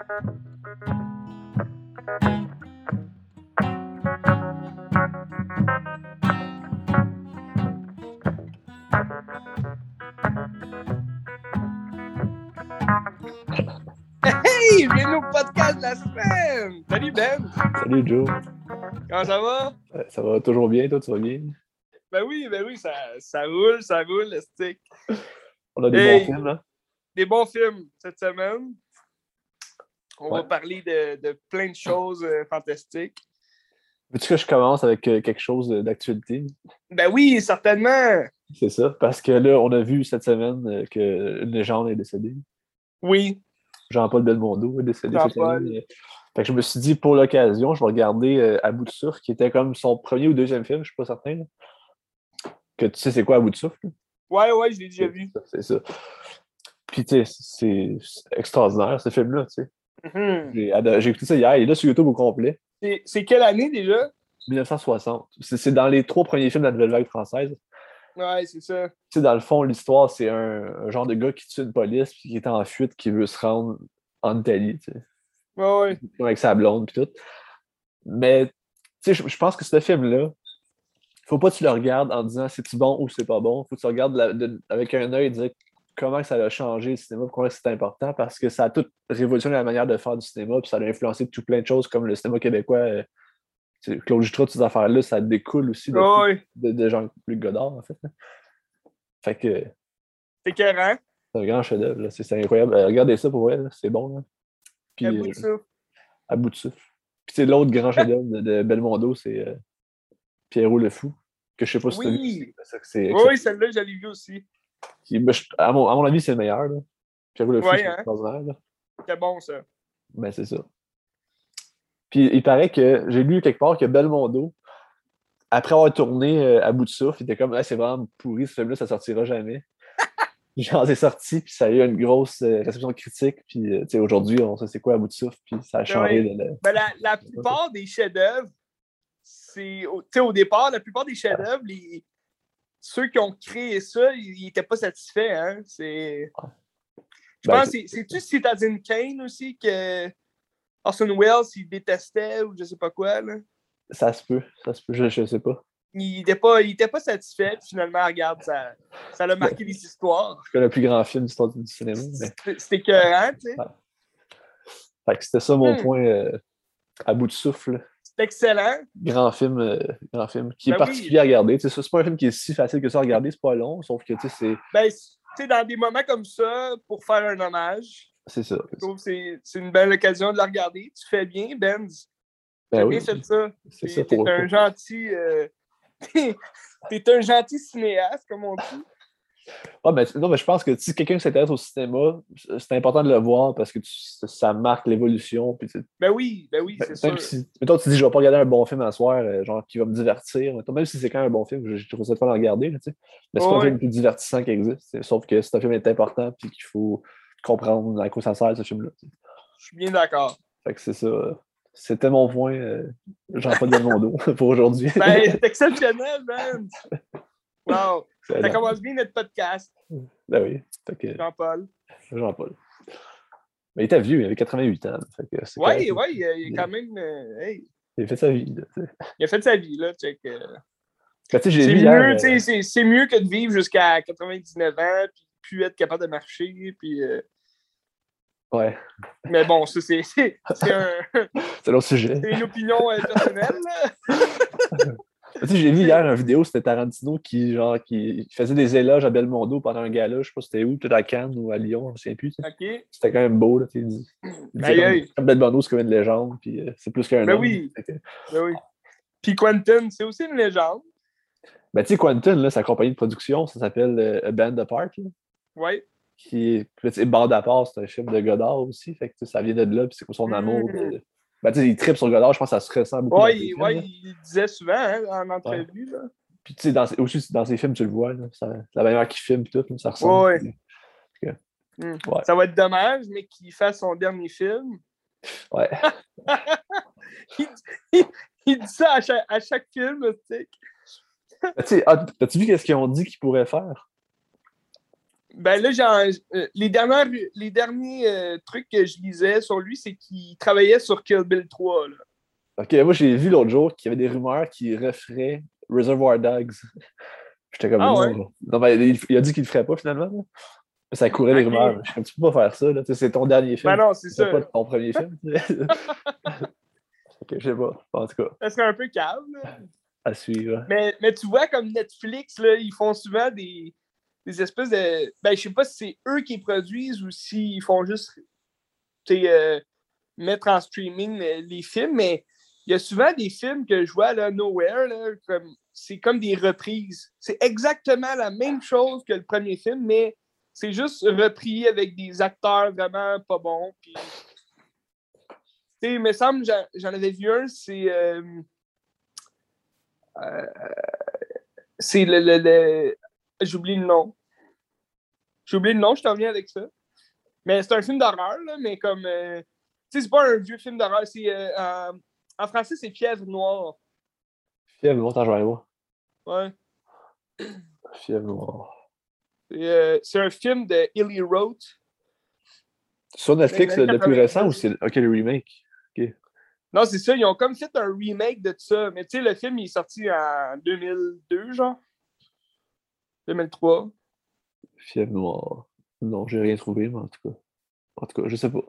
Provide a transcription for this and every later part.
Hey, bienvenue au podcast de la semaine! Salut Ben! Salut Joe. Comment ça va? Ça va toujours bien, toi, tu vas bien? Ben oui, ça roule, le stick. On a des bons films, là. Des bons films cette semaine. On va parler de plein de choses fantastiques. Veux-tu que je commence avec quelque chose d'actualité? Ben oui, certainement! C'est ça, parce que là, on a vu cette semaine qu'une légende est décédée. Oui. Jean-Paul Belmondo est décédé cette Jean-Paul. année. Fait que je me suis dit, pour l'occasion, je vais regarder À bout de souffle, qui était comme son premier ou deuxième film, je suis pas certain. Là. Que tu sais c'est quoi À bout de souffle? Ouais, je l'ai déjà vu. C'est ça. Puis, tu sais, c'est extraordinaire, ce film-là, tu sais. Mm-hmm. J'ai écouté ça hier, il est là sur YouTube au complet. C'est quelle année déjà? 1960. C'est dans les 3 premiers films de la Nouvelle Vague française. Ouais, c'est ça. Tu sais, dans le fond, l'histoire, c'est un genre de gars qui tue une police puis qui est en fuite, qui veut se rendre en Italie, tu sais. Ouais. Avec sa blonde puis tout. Mais, tu sais, je pense que ce film-là, faut pas que tu le regardes en disant c'est-tu bon ou c'est pas bon. Faut que tu le regardes avec un œil et dire comment ça a changé le cinéma, pourquoi c'est important, parce que ça a tout révolutionné la manière de faire du cinéma, puis ça a influencé tout plein de choses comme le cinéma québécois. Claude Jutras, toutes ces affaires-là, ça découle aussi de Jean-Luc Godard, en fait. Fait que. C'est écœurant. C'est un grand chef-d'œuvre, là. C'est incroyable. Regardez ça pour vrai, là. C'est bon. Là. Puis, À bout de souffle. À bout de souffle. Puis c'est l'autre grand chef-d'œuvre de Belmondo, c'est Pierrot le Fou, que je sais pas si tu as vu. Oui, celle-là, je l'ai vu aussi. À mon avis, c'est le meilleur. Là. Pierrot le Fou, c'est extraordinaire. Là. C'est bon, ça. Ben, c'est ça. Puis il paraît que j'ai lu quelque part que Belmondo, après avoir tourné À bout de souffle, il était comme, c'est vraiment pourri, ce film-là, ça sortira jamais. Genre, c'est sorti, puis ça a eu une grosse réception critique, puis aujourd'hui, on sait c'est quoi À bout de souffle, puis ça a changé. La plupart des chefs-d'œuvre, c'est au départ, la plupart des chefs-d'œuvre, ceux qui ont créé ça, ils n'étaient pas satisfaits. Hein? Je pense que c'est-tu Citizen Kane aussi que Orson Welles, il détestait ou je sais pas quoi. Là? Ça se peut, je sais pas. Il était pas satisfait, puis finalement, regarde, ça l'a marqué les histoires. C'est le plus grand film de l'histoire du cinéma. Mais... C'était écœurant, tu sais. Fait que c'était ça mon point À bout de souffle. C'est excellent. Grand film qui est particulier à regarder. C'est pas un film qui est si facile que ça à regarder, c'est pas long, sauf que c'est dans des moments comme ça, pour faire un hommage. C'est ça. Je trouve que c'est une belle occasion de la regarder. Tu fais bien, Benz. Tu as bien fait ça. T'es un gentil... T'es un gentil cinéaste, comme on dit. Mais je pense que si quelqu'un s'intéresse au cinéma, c'est important de le voir parce que ça marque l'évolution. Puis ben oui, c'est sûr. Mettons, tu dis, je vais pas regarder un bon film à soir, genre qui va me divertir. Même si c'est quand même un bon film, je trouve ça pas à regarder. Là, mais c'est pas le film le plus divertissant qui existe. Sauf que c'est un film est important puis qu'il faut comprendre à quoi ça sert, ce film-là. Je suis bien d'accord. Fait que c'est ça. C'était mon point, Jean-Paul Belmondo, pour aujourd'hui. C'est exceptionnel, man! Wow! Ça commence bien notre podcast. Ben oui. Jean-Paul. Mais il était vieux, il avait 88 ans. Oui, il a quand même... Il a fait sa vie. Là, il a fait sa vie, là. Check, c'est mieux que de vivre jusqu'à 99 ans, puis plus être capable de marcher, puis... Ouais. Mais bon, ça, c'est un... c'est l'autre sujet. C'est une opinion personnelle, là. J'ai vu hier une vidéo, c'était Tarantino qui faisait des éloges à Belmondo pendant un gala, je sais pas si c'était où, peut-être à Cannes ou à Lyon, je ne sais plus. Okay. C'était quand même beau, là, il dit comme Belmondo, c'est comme une légende, puis c'est plus qu'un homme. Oui. Puis Quentin, c'est aussi une légende. Ben tu sais, Quentin, là, sa compagnie de production, ça s'appelle A Band Apart. Oui. Qui est Bande à part, c'est un film de Godard aussi, fait que ça vient de là, puis c'est comme son amour de... Ben, tu sais, il tripe sur Godard, je pense que ça se ressent beaucoup. Oui, il disait souvent en entrevue. Là. Puis, tu sais, aussi dans ses films, tu le vois, là, la manière qu'il filme, tout, là, ça ressemble. Ouais. Ça va être dommage, mais qu'il fasse son dernier film. Ouais. il dit ça à chaque film, tu sais. As-tu vu qu'est-ce qu'ils ont dit qu'ils pourraient faire? Ben là, les derniers trucs que je lisais sur lui, c'est qu'il travaillait sur Kill Bill 3. Là. Ok, moi j'ai vu l'autre jour qu'il y avait des rumeurs qui referaient Reservoir Dogs. J'étais comme Ah ouais? non. Non, ben, il a dit qu'il le ferait pas finalement. Là. Ça courait les rumeurs. Ok. Je suis comme, tu peux pas faire ça. Là. C'est ton dernier Ben film. non, c'est C'est ça. pas ton premier film. Ok, je sais pas. En tout cas, Ça serait un peu calme. Là. à suivre. Mais tu vois, comme Netflix, là, ils font souvent des espèces de. Ben, je sais pas si c'est eux qui produisent ou s'ils font juste mettre en streaming les films, mais il y a souvent des films que je vois là, Nowhere, là, c'est comme des reprises. C'est exactement la même chose que le premier film, mais c'est juste repris avec des acteurs vraiment pas bons. Puis, il me semble, j'en avais vu un, c'est j'oublie le nom. J'ai oublié le nom, je t'en reviens avec ça. Mais c'est un film d'horreur, là, mais comme. C'est pas un vieux film d'horreur. En français, c'est Fièvre Noire. Fièvre noire, t'en joues moi. Ouais. Fièvre noire. C'est un film de Eli Roth. Sur Netflix, le plus récent ou 90. c'est ok, le remake? Ok. Non, c'est ça. Ils ont comme fait un remake de ça. Mais tu sais, le film, il est sorti en 2002, genre. 2003. Fièvre noire. Non, j'ai rien trouvé, mais en tout cas. En tout cas, je sais pas.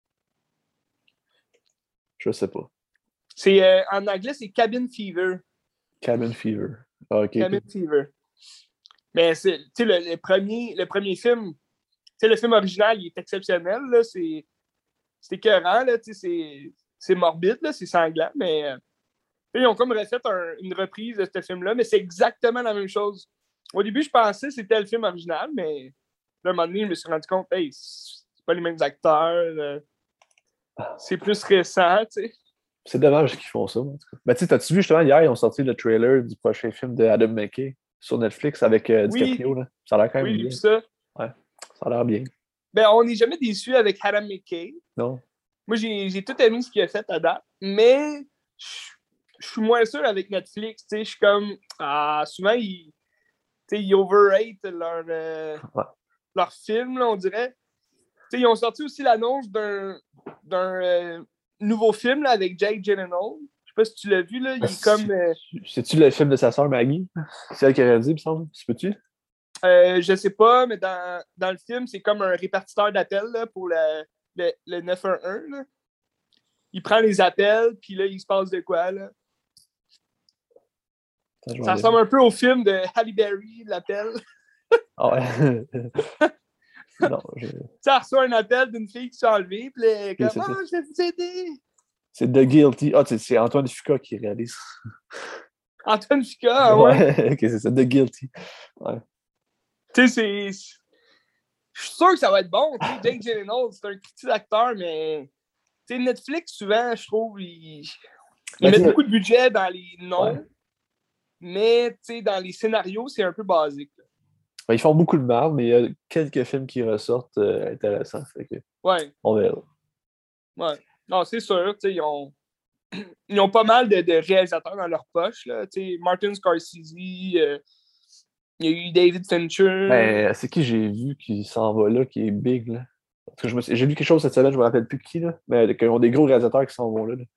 Je sais pas. En anglais, c'est Cabin Fever. Cabin Fever. Ah, ok, Cabin ok. Fever. Mais tu sais, le premier film, tu sais, le film original, il est exceptionnel. Là, c'est écœurant, là, tu sais, c'est morbide, là, c'est sanglant, mais ils ont comme refait une reprise de ce film-là, mais c'est exactement la même chose. Au début, je pensais que c'était le film original, mais là, à un moment donné, je me suis rendu compte, hey, c'est pas les mêmes acteurs, c'est plus récent, tu sais. C'est dommage qu'ils font ça, en tout cas. Ben, tu sais, t'as-tu vu justement, hier, ils ont sorti le trailer du prochain film de Adam McKay sur Netflix avec Oui, DiCaprio, là. Ça a l'air quand oui, même j'ai vu bien. ça. Ouais, ça a l'air bien. Ben, on n'est jamais déçu avec Adam McKay. Non? Moi, j'ai tout aimé ce qu'il a fait à date, mais je suis moins sûr avec Netflix, tu sais, je suis comme, souvent, ils overrate Ouais. leur film, là, on dirait. T'sais, ils ont sorti aussi l'annonce d'un nouveau film là, avec Jake Gyllenhaal. Je sais pas si tu l'as vu, là. Il est comme. C'est-tu le film de sa sœur Maggie? C'est elle qui a dit, il me semble. Tu peux-tu? Je sais pas, mais dans le film, c'est comme un répartiteur d'appels là, pour le 911. Là. Il prend les appels, puis là, il se passe de quoi, là. Ça ressemble un peu au film de Halle Berry, l'appel. Ah ouais. Non, Ça reçoit un appel d'une fille qui s'est enlevée, puis là, okay, comme, je vais vous aider. C'est The Guilty. Ah, c'est Antoine Fuqua qui réalise. Antoine Fuqua, ouais. Ouais, ok, c'est ça, The Guilty. Ouais. Tu sais, je suis sûr que ça va être bon. Tu sais, Jake Gyllenhaal, c'est un petit acteur, mais tu sais, Netflix, souvent, je trouve, ils mettent beaucoup de budget dans les noms, ouais. mais tu sais, dans les scénarios, c'est un peu basique. Ils font beaucoup de mal, mais il y a quelques films qui ressortent intéressants. Fait que Ouais. on verra. Ouais. Non, c'est sûr, tu sais, ils ont pas mal de réalisateurs dans leur poche. Là. Tu sais, Martin Scorsese, il y a eu David Fincher. Ben, c'est qui j'ai vu qui s'en va là, qui est big, là? Parce que j'ai vu quelque chose cette semaine, je me rappelle plus qui, là. Mais qu'ils ont des gros réalisateurs qui s'en vont là.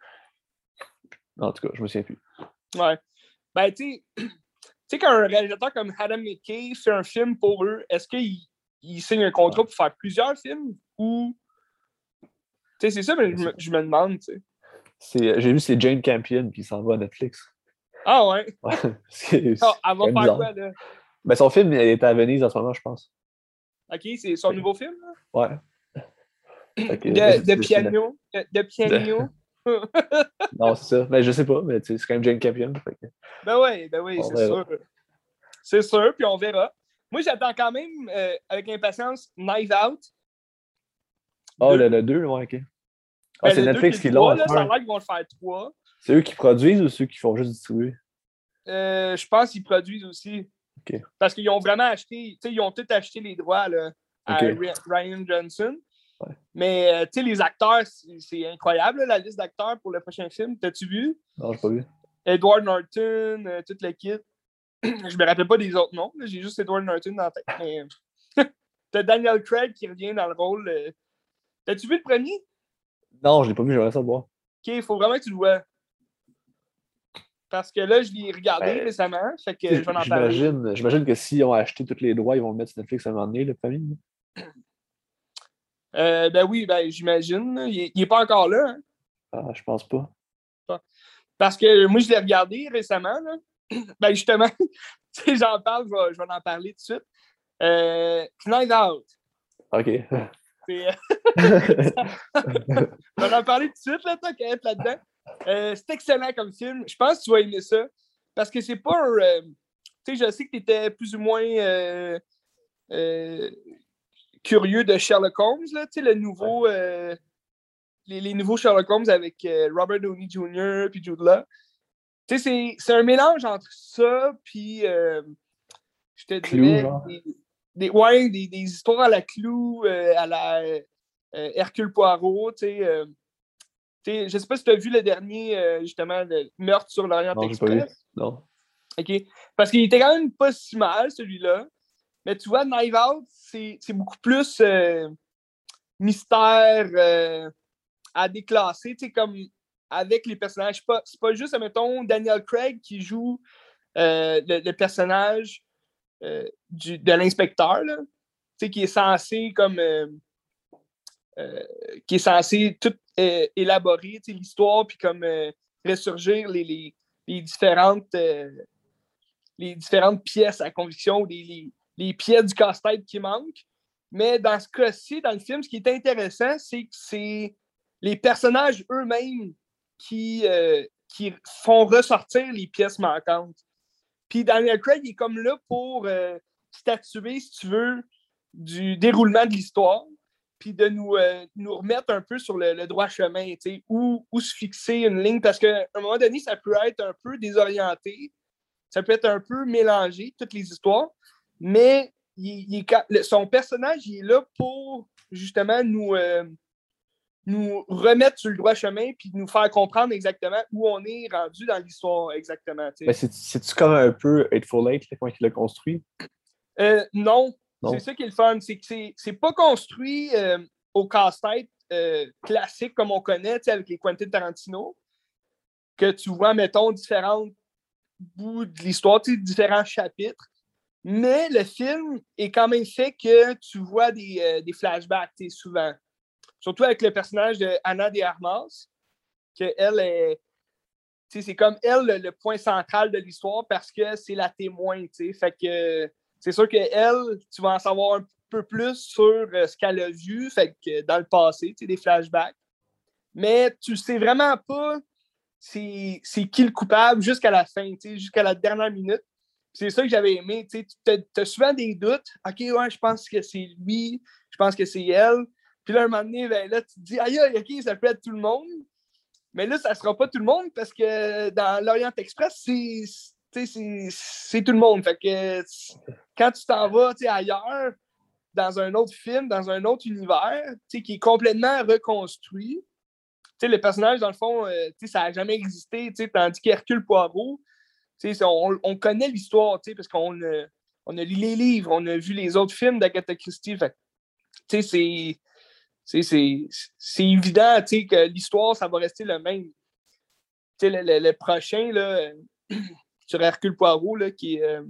En tout cas, je me souviens plus. Ouais. Ben, tu sais, quand un réalisateur comme Adam McKay fait un film pour eux, est-ce qu'il signe un contrat pour faire plusieurs films ou. Tu sais, c'est ça, mais je me demande, tu sais. J'ai vu, c'est Jane Campion qui s'en va à Netflix. Ah ouais? Ouais, Elle va faire bizarre. quoi, là? Ben, son film est à Venise en ce moment, je pense. OK, c'est son nouveau film, là? Ouais. De piano. De piano. Non, c'est ça. Mais je sais pas, mais c'est quand même Jane Campion. Ben oui, c'est sûr. C'est sûr, puis on verra. Moi, j'attends quand même avec impatience Knives Out. Oh, le 2, ouais, ok. Ben, c'est Netflix qui l'a. Ça a l'air qu'ils vont le faire 3. C'est eux qui produisent ou ceux qui font juste distribuer? Je pense qu'ils produisent aussi. Okay. Parce qu'ils ont vraiment acheté, tu sais, ils ont tous acheté les droits là, à Ryan Johnson. Ouais. Mais, tu sais, les acteurs, c'est incroyable, là, la liste d'acteurs pour le prochain film. T'as-tu vu? Non, j'ai pas vu. Edward Norton, toute l'équipe. Je me rappelle pas des autres noms. J'ai juste Edward Norton dans la tête. Mais... t'as Daniel Craig qui revient dans le rôle. T'as-tu vu le premier? Non, je l'ai pas vu, j'aimerais ça le voir. Ok, il faut vraiment que tu le vois. Parce que là, je l'ai regardé Ben, récemment, fait que je vais en parler. j'imagine que s'ils ont acheté tous les droits, ils vont le mettre sur Netflix à un moment donné, le famille. Ben oui, ben j'imagine. Il est pas encore là, hein? Ah, je pense pas. Parce que moi, je l'ai regardé récemment, là. Ben justement, tu sais, j'en parle, je vais en parler tout de suite. Knives Out. OK. C'est, je vais en parler tout de suite, là, tant qu'à être là-dedans. C'est excellent comme film. Je pense que tu vas aimer ça. Parce que c'est pas un. Tu sais, je sais que tu étais plus ou moins curieux de Sherlock Holmes, là, tu sais, le nouveau. Les nouveaux Sherlock Holmes avec Robert Downey Jr. puis Jude Law. Tu sais, c'est un mélange entre ça puis je te Clou, dirais genre. des histoires à la Clou, à la Hercule Poirot, tu sais. Je sais pas si tu as vu le dernier, justement, le Meurtre sur l'Orient Non, j'ai pas vu. Express. Non. OK. Parce qu'il était quand même pas si mal, celui-là. Mais tu vois, Knives Out, c'est beaucoup plus mystère à déclasser, tu sais, comme avec les personnages. C'est pas juste, mettons, Daniel Craig qui joue le personnage de l'inspecteur, là, tu sais, qui est censé comme qui est censé tout élaborer l'histoire puis comme ressurgir les différentes pièces à conviction, les pièces du casse-tête qui manquent. Mais dans ce cas-ci, dans le film, ce qui est intéressant, c'est que c'est les personnages eux-mêmes qui font ressortir les pièces manquantes. Puis Daniel Craig est comme là pour statuer, si tu veux, du déroulement de l'histoire, puis de nous remettre un peu sur le droit chemin, où se fixer une ligne, parce qu'à un moment donné, ça peut être un peu désorienté, ça peut être un peu mélangé, toutes les histoires, mais son personnage, il est là pour justement nous remettre sur le droit chemin puis nous faire comprendre exactement où on est rendu dans l'histoire exactement. Ben, c'est-tu comme un peu Hateful Eight, là, comment il l'a construit? Non, Non. c'est ça qui est le fun. C'est que c'est pas construit au casse-tête classique comme on connaît avec les Quentin Tarantino, que tu vois, mettons, différents bouts de l'histoire, différents chapitres. Mais le film est quand même fait que tu vois des flashbacks souvent. Surtout avec le personnage de Anna de Armas, que elle est. C'est comme elle le point central de l'histoire parce que c'est la témoin. Fait que c'est sûr qu'elle, tu vas en savoir un peu plus sur ce qu'elle a vu, fait que dans le passé, des flashbacks. Mais tu sais vraiment pas c'est qui le coupable jusqu'à la fin, jusqu'à la dernière minute. C'est ça que j'avais aimé. Tu as souvent des doutes. OK, ouais, je pense que c'est lui, je pense que c'est elle. Puis là, un moment donné, ben, là, tu te dis, aïe, OK, ça peut être tout le monde. Mais là, ça ne sera pas tout le monde parce que dans l'Orient Express, c'est tout le monde. Fait que quand tu t'en vas ailleurs, dans un autre film, dans un autre univers, qui est complètement reconstruit, le personnage, dans le fond, ça n'a jamais existé, tandis qu'Hercule Poirot, on connaît l'histoire, parce qu'on on a lu les livres, on a vu les autres films d'Agatha Christie. Fait, c'est évident que l'histoire, ça va rester le même. Le prochain, là, sur Hercule Poirot, là, qui est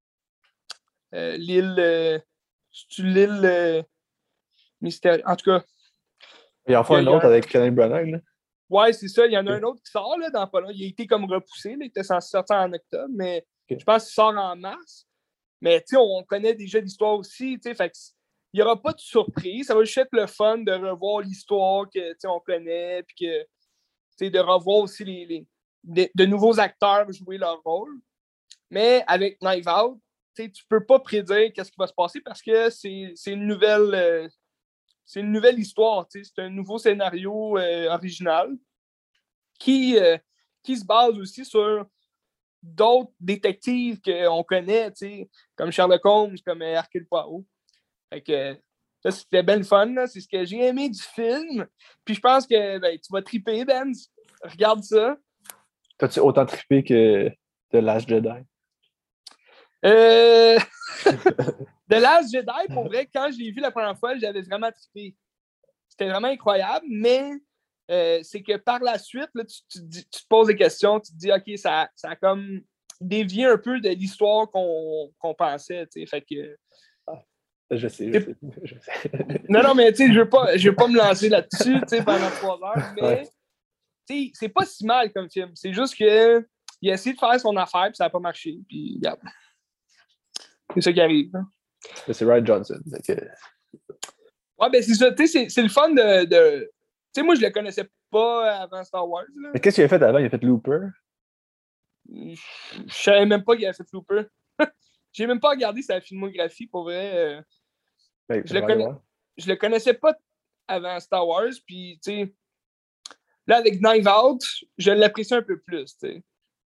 l'île. C'est-tu l'île mystérieuse? En tout cas. Il en faut un autre avec Kenneth Branagh, là. Ouais, c'est ça. Il y en a un autre qui sort là, dans pas long. Il a été comme repoussé. Là, il était censé sortir en octobre, mais je pense qu'il sort en mars. Mais on connaît déjà l'histoire aussi. Fait il n'y aura pas de surprise. Ça va juste être le fun de revoir l'histoire qu'on connaît. Puis de revoir aussi de nouveaux acteurs jouer leur rôle. Mais avec Knives Out, tu ne peux pas prédire qu'est-ce qui va se passer parce que c'est une nouvelle. C'est une nouvelle histoire, c'est un nouveau scénario original qui se base aussi sur d'autres détectives qu'on connaît, comme Sherlock Holmes, comme Hercule Poirot. Fait que ça, c'était bien le fun. Là. C'est ce que j'ai aimé du film. Puis je pense que tu vas triper, Ben. Regarde ça. T'as-tu autant trippé que The Last Jedi? The Last Jedi, pour vrai, quand je l'ai vu la première fois, j'avais vraiment trippé. C'était vraiment incroyable, mais c'est que par la suite, là, tu te poses des questions, tu te dis, OK, ça a comme dévié un peu de l'histoire qu'on pensait, tu sais, fait que... Je sais. Non, mais tu sais, je veux pas me lancer là-dessus, tu sais, pendant 3 heures, mais tu sais, c'est pas si mal comme film. C'est juste que il a essayé de faire son affaire, puis ça n'a pas marché, puis regarde. C'est ça qui arrive. Hein. C'est Ryan Johnson. Ouais, ben c'est ça, tu sais, c'est le fun de... Tu sais, moi, je le connaissais pas avant Star Wars, là. Mais qu'est-ce qu'il a fait avant? Il a fait Looper? Je savais même pas qu'il avait fait Looper. J'ai même pas regardé sa filmographie, pour vrai. Ben, Je le connaissais pas avant Star Wars, puis tu sais, là, avec Knives Out, je l'apprécie un peu plus, tu sais.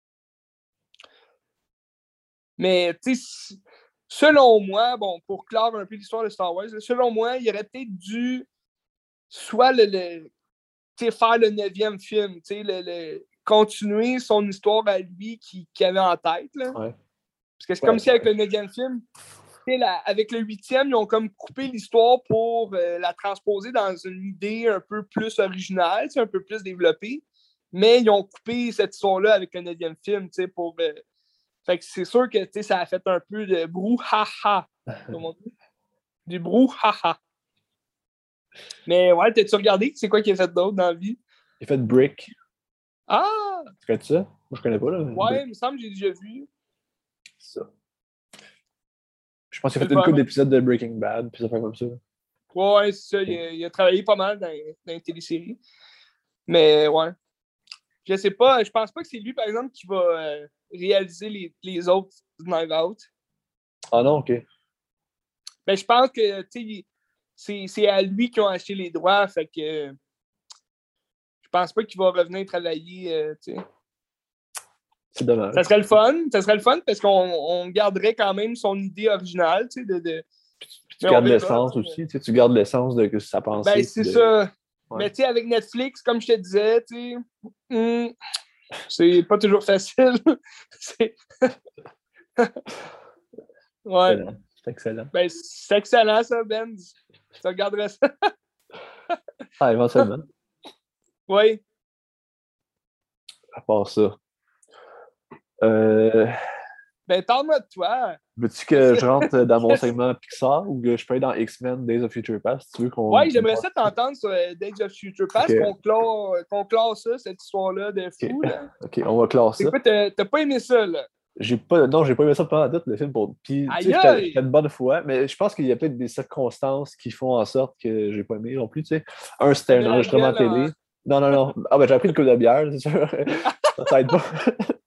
Mais, tu sais, selon moi, bon, pour clore un peu l'histoire de Star Wars, selon moi, il aurait peut-être dû soit faire le 9e film, tu sais, continuer son histoire à lui qu'il avait en tête, là. Ouais. Parce que c'est comme si avec le 9e film, avec le 8e, ils ont comme coupé l'histoire pour la transposer dans une idée un peu plus originale, un peu plus développée. Mais ils ont coupé cette histoire-là avec le 9e film, pour... Fait que c'est sûr que ça a fait un peu de brouhaha, comme on dit. Du brouhaha. Mais ouais, t'as-tu regardé? C'est quoi qu'il a fait d'autre dans la vie? Il a fait Brick. Ah! Tu connais ça? Moi, je connais pas, là. Ouais, il me semble que j'ai déjà vu. Ça. Je pense qu'il a fait une couple d'épisodes de Breaking Bad, puis ça fait comme ça. Ouais, c'est ça. Il a travaillé pas mal dans les téléséries. Mais ouais. Je sais pas. Je pense pas que c'est lui, par exemple, qui va réaliser les autres Knives Out. Ah non, ok. Mais je pense que c'est à lui qu'ils ont acheté les droits. Fait que je pense pas qu'il va revenir travailler. C'est dommage. Ça serait le fun. Ça serait le fun parce qu'on garderait quand même son idée originale. Tu gardes l'essence aussi. Tu gardes l'essence de sa pensée. Ben, c'est ça. Ouais. Mais tu sais, avec Netflix, comme je te disais, c'est pas toujours facile. C'est... ouais. C'est excellent. Ben, c'est excellent, ça, Ben. Tu regarderais ça. Ah, éventuellement. Oui. À part ça. Ben, parle-moi de toi. Veux-tu que je rentre dans mon segment Pixar ou que je peux aller dans X-Men Days of Future Past? Tu veux qu'on... Oui, j'aimerais ça t'entendre sur Days of Future Past, okay. qu'on clore ça, cette histoire-là de fou. Okay. Là. OK, on va clore ça. Écoute, t'as pas aimé ça, là? Non, j'ai pas aimé ça pendant tout le film. Puis, j'étais une bonne fois, mais je pense qu'il y a peut-être des circonstances qui font en sorte que j'ai pas aimé non plus. Tu sais. C'était un enregistrement télé. Non. Ah, ben, j'ai pris une coupe de bière, c'est sûr. Ça aide pas.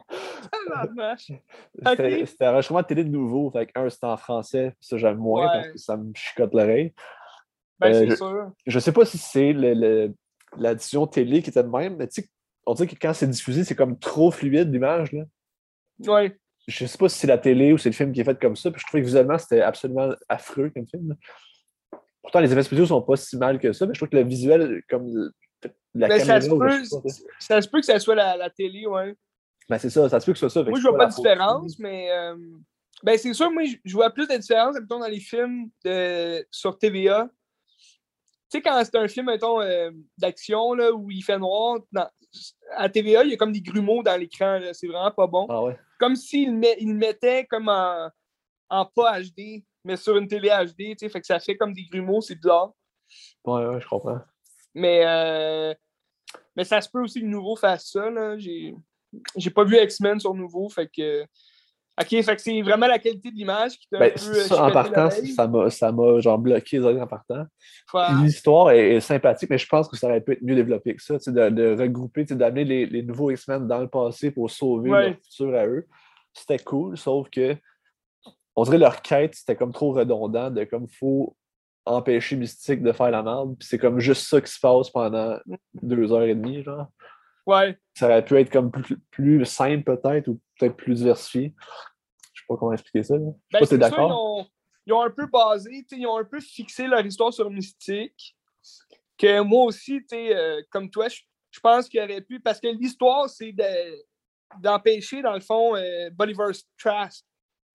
C'était un enregistrement de télé de nouveau. Fait c'était en français. Ça, j'aime moins parce que ça me chicote l'oreille. Ben, c'est sûr. Je sais pas si c'est la diffusion télé qui était de même, mais tu sais, on dirait que quand c'est diffusé, c'est comme trop fluide l'image. Là. Oui. Je sais pas si c'est la télé ou c'est le film qui est fait comme ça. Puis je trouvais que visuellement, c'était absolument affreux comme film. Là. Pourtant, les effets spéciaux sont pas si mal que ça, mais je trouve que le visuel, comme la caméra... Ça se peut que ça soit la télé, oui. Ben c'est ça se peut que ce soit ça. Moi, je vois pas de différence, mais... ben, c'est sûr, moi, je vois plus de différence, mettons, dans les films sur TVA. Tu sais, quand c'est un film, mettons, d'action, là, où il fait noir, à TVA, il y a comme des grumeaux dans l'écran, là. C'est vraiment pas bon. Ah ouais. Comme s'il le mettait comme en pas HD, mais sur une télé HD, tu sais, fait que ça fait comme des grumeaux, c'est bizarre. Ouais, je comprends. Mais ça se peut aussi que Nouveau fasse ça, là. J'ai pas vu X-Men sur Nouveau, fait que... OK, fait que c'est vraiment la qualité de l'image qui t'a un peu... Ça, en partant, ça m'a genre bloqué les oreilles en partant. L'histoire est sympathique, mais je pense que ça aurait pu être mieux développé que ça, de regrouper, d'amener les nouveaux X-Men dans le passé pour sauver leur futur à eux. C'était cool, sauf que on dirait leur quête, c'était comme trop redondant, de comme faut empêcher Mystique de faire la merde, puis c'est comme juste ça qui se passe pendant 2h30, genre. Ouais. Ça aurait pu être comme plus simple peut-être, ou peut-être plus diversifié. Je sais pas comment expliquer ça. Là. Je sais pas si t'es d'accord. Ils ont un peu basé, ils ont un peu fixé leur histoire sur Mystique. Que moi aussi, comme toi, je pense qu'il aurait pu, parce que l'histoire, c'est d'empêcher, dans le fond, Bolivar's Trask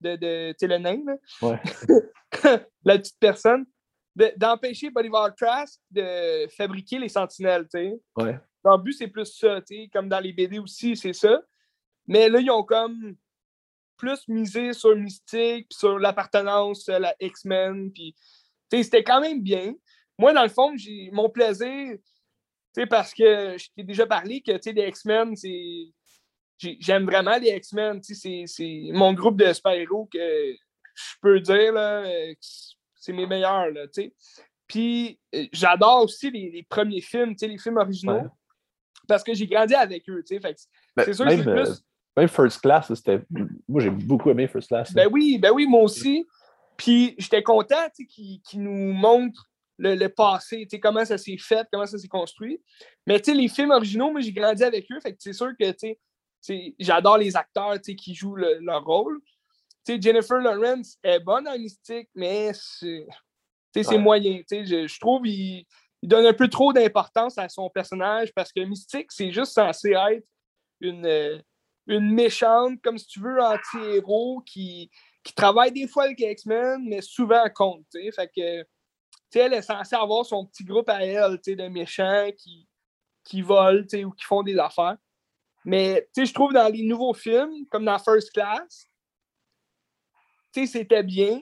tu sais, le nain, là. Ouais. La petite personne, d'empêcher Bolivar Trask de fabriquer les sentinelles, tu sais. Ouais. Dans le but, c'est plus ça, tu sais, comme dans les BD aussi, c'est ça. Mais là, ils ont comme plus misé sur Mystique, puis sur l'appartenance à la X-Men, puis c'était quand même bien. Moi, dans le fond, j'ai mon plaisir, parce que je t'ai déjà parlé que les X-Men, j'aime vraiment les X-Men. C'est mon groupe de super-héros que je peux dire là, c'est mes meilleurs. Là, puis j'adore aussi les premiers films, les films originaux, Ouais. parce que j'ai grandi avec eux. Fait que c'est sûr que c'est plus. Même First Class, c'était. Moi, j'ai beaucoup aimé First Class. Ben oui, moi aussi. Puis j'étais content qu'ils nous montrent le passé, comment ça s'est fait, comment ça s'est construit. Mais les films originaux, moi, j'ai grandi avec eux. Fait que c'est sûr que j'adore les acteurs qui jouent leur rôle. Jennifer Lawrence est bonne en Mystique, mais c'est moyen. Je trouve qu'il donne un peu trop d'importance à son personnage parce que Mystique, c'est juste censé être une méchante, comme si tu veux, anti-héros qui travaille des fois avec les X-Men, mais souvent contre. Fait que, elle est censée avoir son petit groupe à elle de méchants qui volent ou qui font des affaires. Mais je trouve dans les nouveaux films, comme dans First Class, c'était bien.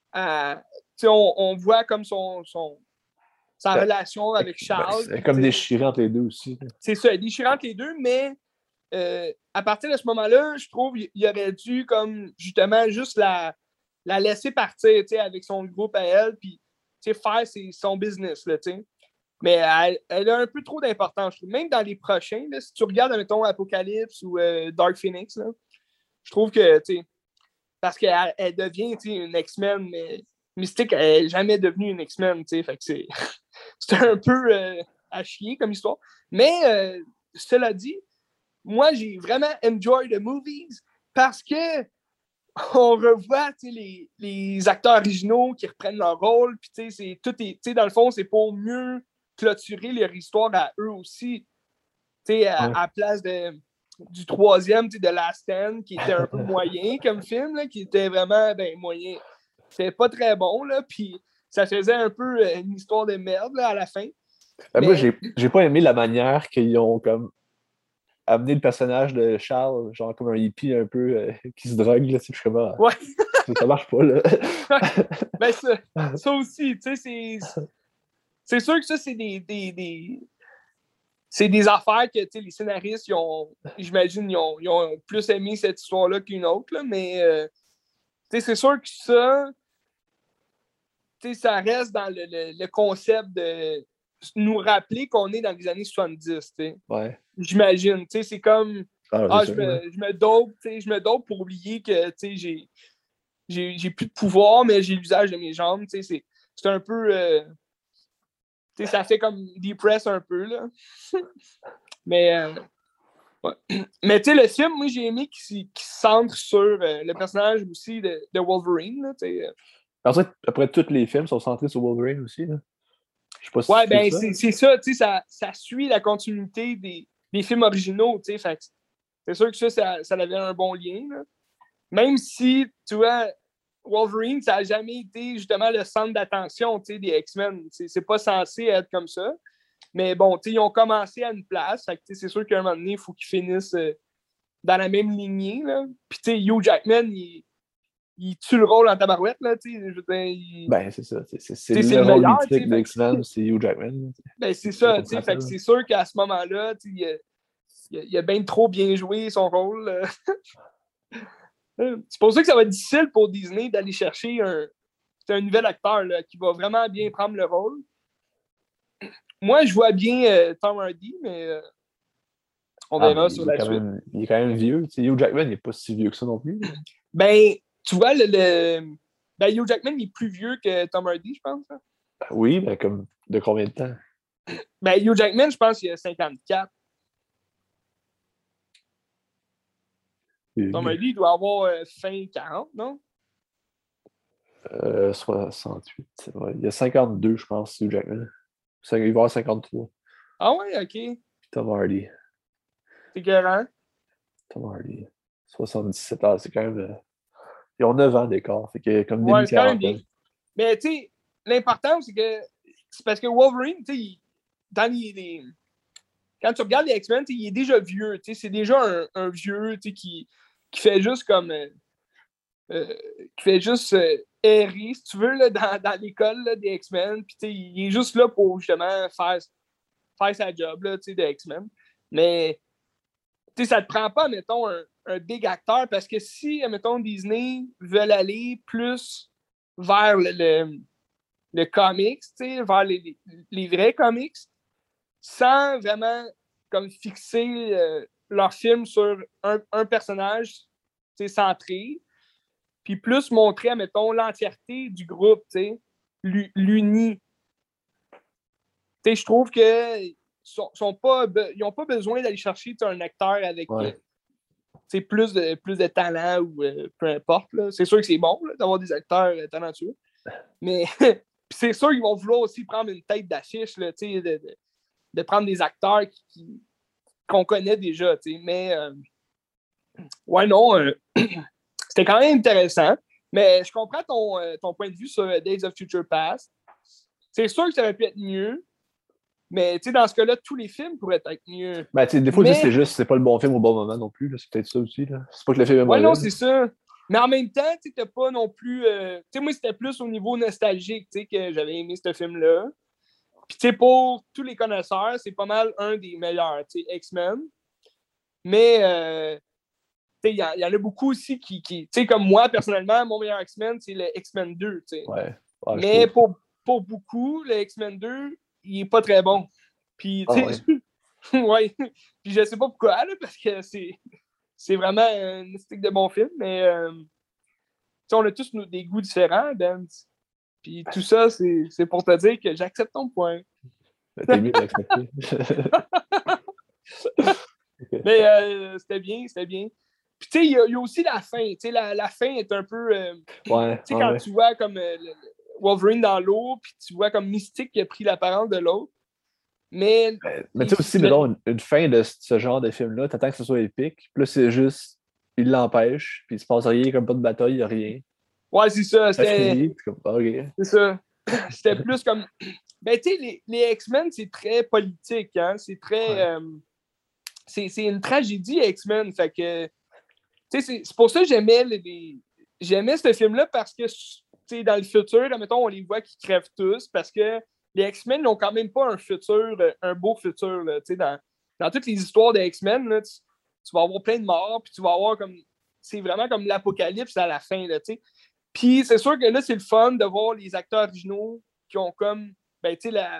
On voit comme sa relation avec Charles. C'est comme déchiré entre les deux aussi. C'est ça, déchirant entre les deux, mais à partir de ce moment-là, je trouve qu'il aurait dû comme justement juste la laisser partir avec son groupe à elle, puis faire son business. Là, mais elle a un peu trop d'importance. Même dans les prochains, là, si tu regardes, mettons, Apocalypse ou Dark Phoenix, là, je trouve que parce qu'elle devient une X-Men, mais Mystique, elle n'est jamais devenue une X-Men. Fait que c'est un peu à chier comme histoire. Mais cela dit, moi, j'ai vraiment enjoy the movies parce que on revoit les acteurs originaux qui reprennent leur rôle. Puis dans le fond, c'est pour mieux clôturer leur histoire à eux aussi. À la place du troisième, de Last Stand, qui était un peu moyen comme film, là, qui était vraiment moyen. C'était pas très bon, là, puis ça faisait un peu une histoire de merde là, à la fin. Mais... Moi, j'ai pas aimé la manière qu'ils ont comme amené le personnage de Charles, genre comme un hippie un peu qui se drogue, là, je sais pas. Ouais. Ça marche pas, là. Ben, ça aussi, tu sais, c'est sûr que ça, c'est c'est des affaires que les scénaristes, j'imagine, ils ont plus aimé cette histoire-là qu'une autre, là, mais c'est sûr que ça reste dans le concept de nous rappeler qu'on est dans les années 70. Ouais. J'imagine. C'est comme je me dope pour oublier que j'ai plus de pouvoir, mais j'ai l'usage de mes jambes. C'est un peu. Ça fait comme depress un peu. Là. Mais ouais. Mais le film, moi, j'ai aimé qu'il se centre sur le personnage aussi de Wolverine. Là, après, tous les films sont centrés sur Wolverine aussi. Là. Je sais pas si c'est ça. Ça suit la continuité des films originaux. Fait c'est sûr que ça avait un bon lien. Là. Même si, tu vois, Wolverine, ça n'a jamais été justement le centre d'attention des X-Men. C'est pas censé être comme ça. Mais bon, ils ont commencé à une place. C'est sûr qu'à un moment donné, il faut qu'ils finissent dans la même lignée. Là. Puis, Hugh Jackman, il tue le rôle en tabarouette. Là, Ben, c'est ça. C'est le rôle meilleur, mythique de X-Men, c'est Hugh Jackman. Ben, c'est ça. Fait que c'est sûr qu'à ce moment-là, il a bien trop bien joué son rôle. C'est pour ça que ça va être difficile pour Disney d'aller chercher un nouvel acteur là, qui va vraiment bien prendre le rôle. Moi, je vois bien Tom Hardy, mais on verra sur la suite. Il est quand même vieux. Hugh Jackman n'est pas si vieux que ça non plus. Ben, tu vois, ben, Hugh Jackman il est plus vieux que Tom Hardy, je pense. Hein? Oui, mais comme de combien de temps? Ben, Hugh Jackman, je pense qu'il a 54. Tom Hardy, il doit avoir fin 40, non? 68. Ouais. Il y a 52, je pense, Hugh Jackman. Il va y avoir 53. Ah ouais, ok. Tom Hardy. C'est écœurant. Tom Hardy. 77 ans, c'est quand même. Ils ont 9 ans d'écart. Fait que comme Ouais, début c'est quand même quarantaine. bien. Mais tu sais, l'important, c'est parce que Wolverine, tu sais, dans quand tu regardes les X-Men, il est déjà vieux. C'est déjà un vieux qui fait juste comme. Qui fait juste errer, si tu veux, là, dans l'école là, des X-Men. Puis il est juste là pour justement faire sa job là, de X-Men. Mais ça te prend pas, mettons, un big acteur parce que si, mettons, Disney veulent aller plus vers le comics, vers les vrais comics, sans vraiment comme fixer leur film sur un personnage centré, puis plus montrer, mettons, l'entièreté du groupe, l'uni. Je trouve que ils n'ont pas besoin d'aller chercher un acteur avec plus de talent ou peu importe. Là. C'est sûr que c'est bon là, d'avoir des acteurs talentueux. Mais c'est sûr qu'ils vont vouloir aussi prendre une tête d'affiche, là, de prendre des acteurs qu'on connaît déjà. Mais ouais, non, c'était quand même intéressant. Mais je comprends ton point de vue sur Days of Future Past. C'est sûr que ça aurait pu être mieux. Mais dans ce cas-là, tous les films pourraient être mieux. Ben, des fois, c'est pas le bon film au bon moment non plus. Là. C'est peut-être ça aussi. Là. C'est pas que le film est mauvais. Ouais, non, c'est ça. Mais en même temps, tu n'as pas non plus. Moi, c'était plus au niveau nostalgique que j'avais aimé ce film-là. Puis, pour tous les connaisseurs, c'est pas mal un des meilleurs, X-Men. Mais, il y en a beaucoup aussi qui comme moi, personnellement, mon meilleur X-Men, c'est le X-Men 2. Ouais. Mais pour beaucoup, le X-Men 2, il est pas très bon. Puis, ouais. Puis, je sais pas pourquoi, là, parce que c'est vraiment un stick de bon film, mais on a tous des goûts différents, Ben. Puis tout ça, c'est pour te dire que j'accepte ton point. T'es mieux d'accepter. Okay. Mais c'était bien, c'était bien. Puis tu sais, il y a aussi la fin. Tu sais, la fin est un peu... quand tu vois comme Wolverine dans l'eau, puis tu vois comme Mystique qui a pris l'apparence de l'autre. Mais tu sais aussi, mettons, une fin de ce genre de film-là, t'attends que ce soit épique, puis là, c'est juste, il l'empêche, puis il se passe rien, comme pas de bataille, il n'y a rien. Ouais, c'est ça. C'était... Okay. C'est ça. C'était plus comme... Ben, tu sais, les X-Men, c'est très politique, hein? C'est très... c'est une tragédie, X-Men. Fait que... Tu sais, c'est pour ça que j'aimais ce film-là, parce que, tu sais, dans le futur, mettons, on les voit qui crèvent tous, parce que les X-Men n'ont quand même pas un beau futur, là, tu sais, dans toutes les histoires des X-Men, là, tu vas avoir plein de morts, puis tu vas avoir comme... C'est vraiment comme l'apocalypse à la fin, là, tu sais. Puis c'est sûr que là, c'est le fun de voir les acteurs originaux qui ont comme, ben, tu sais,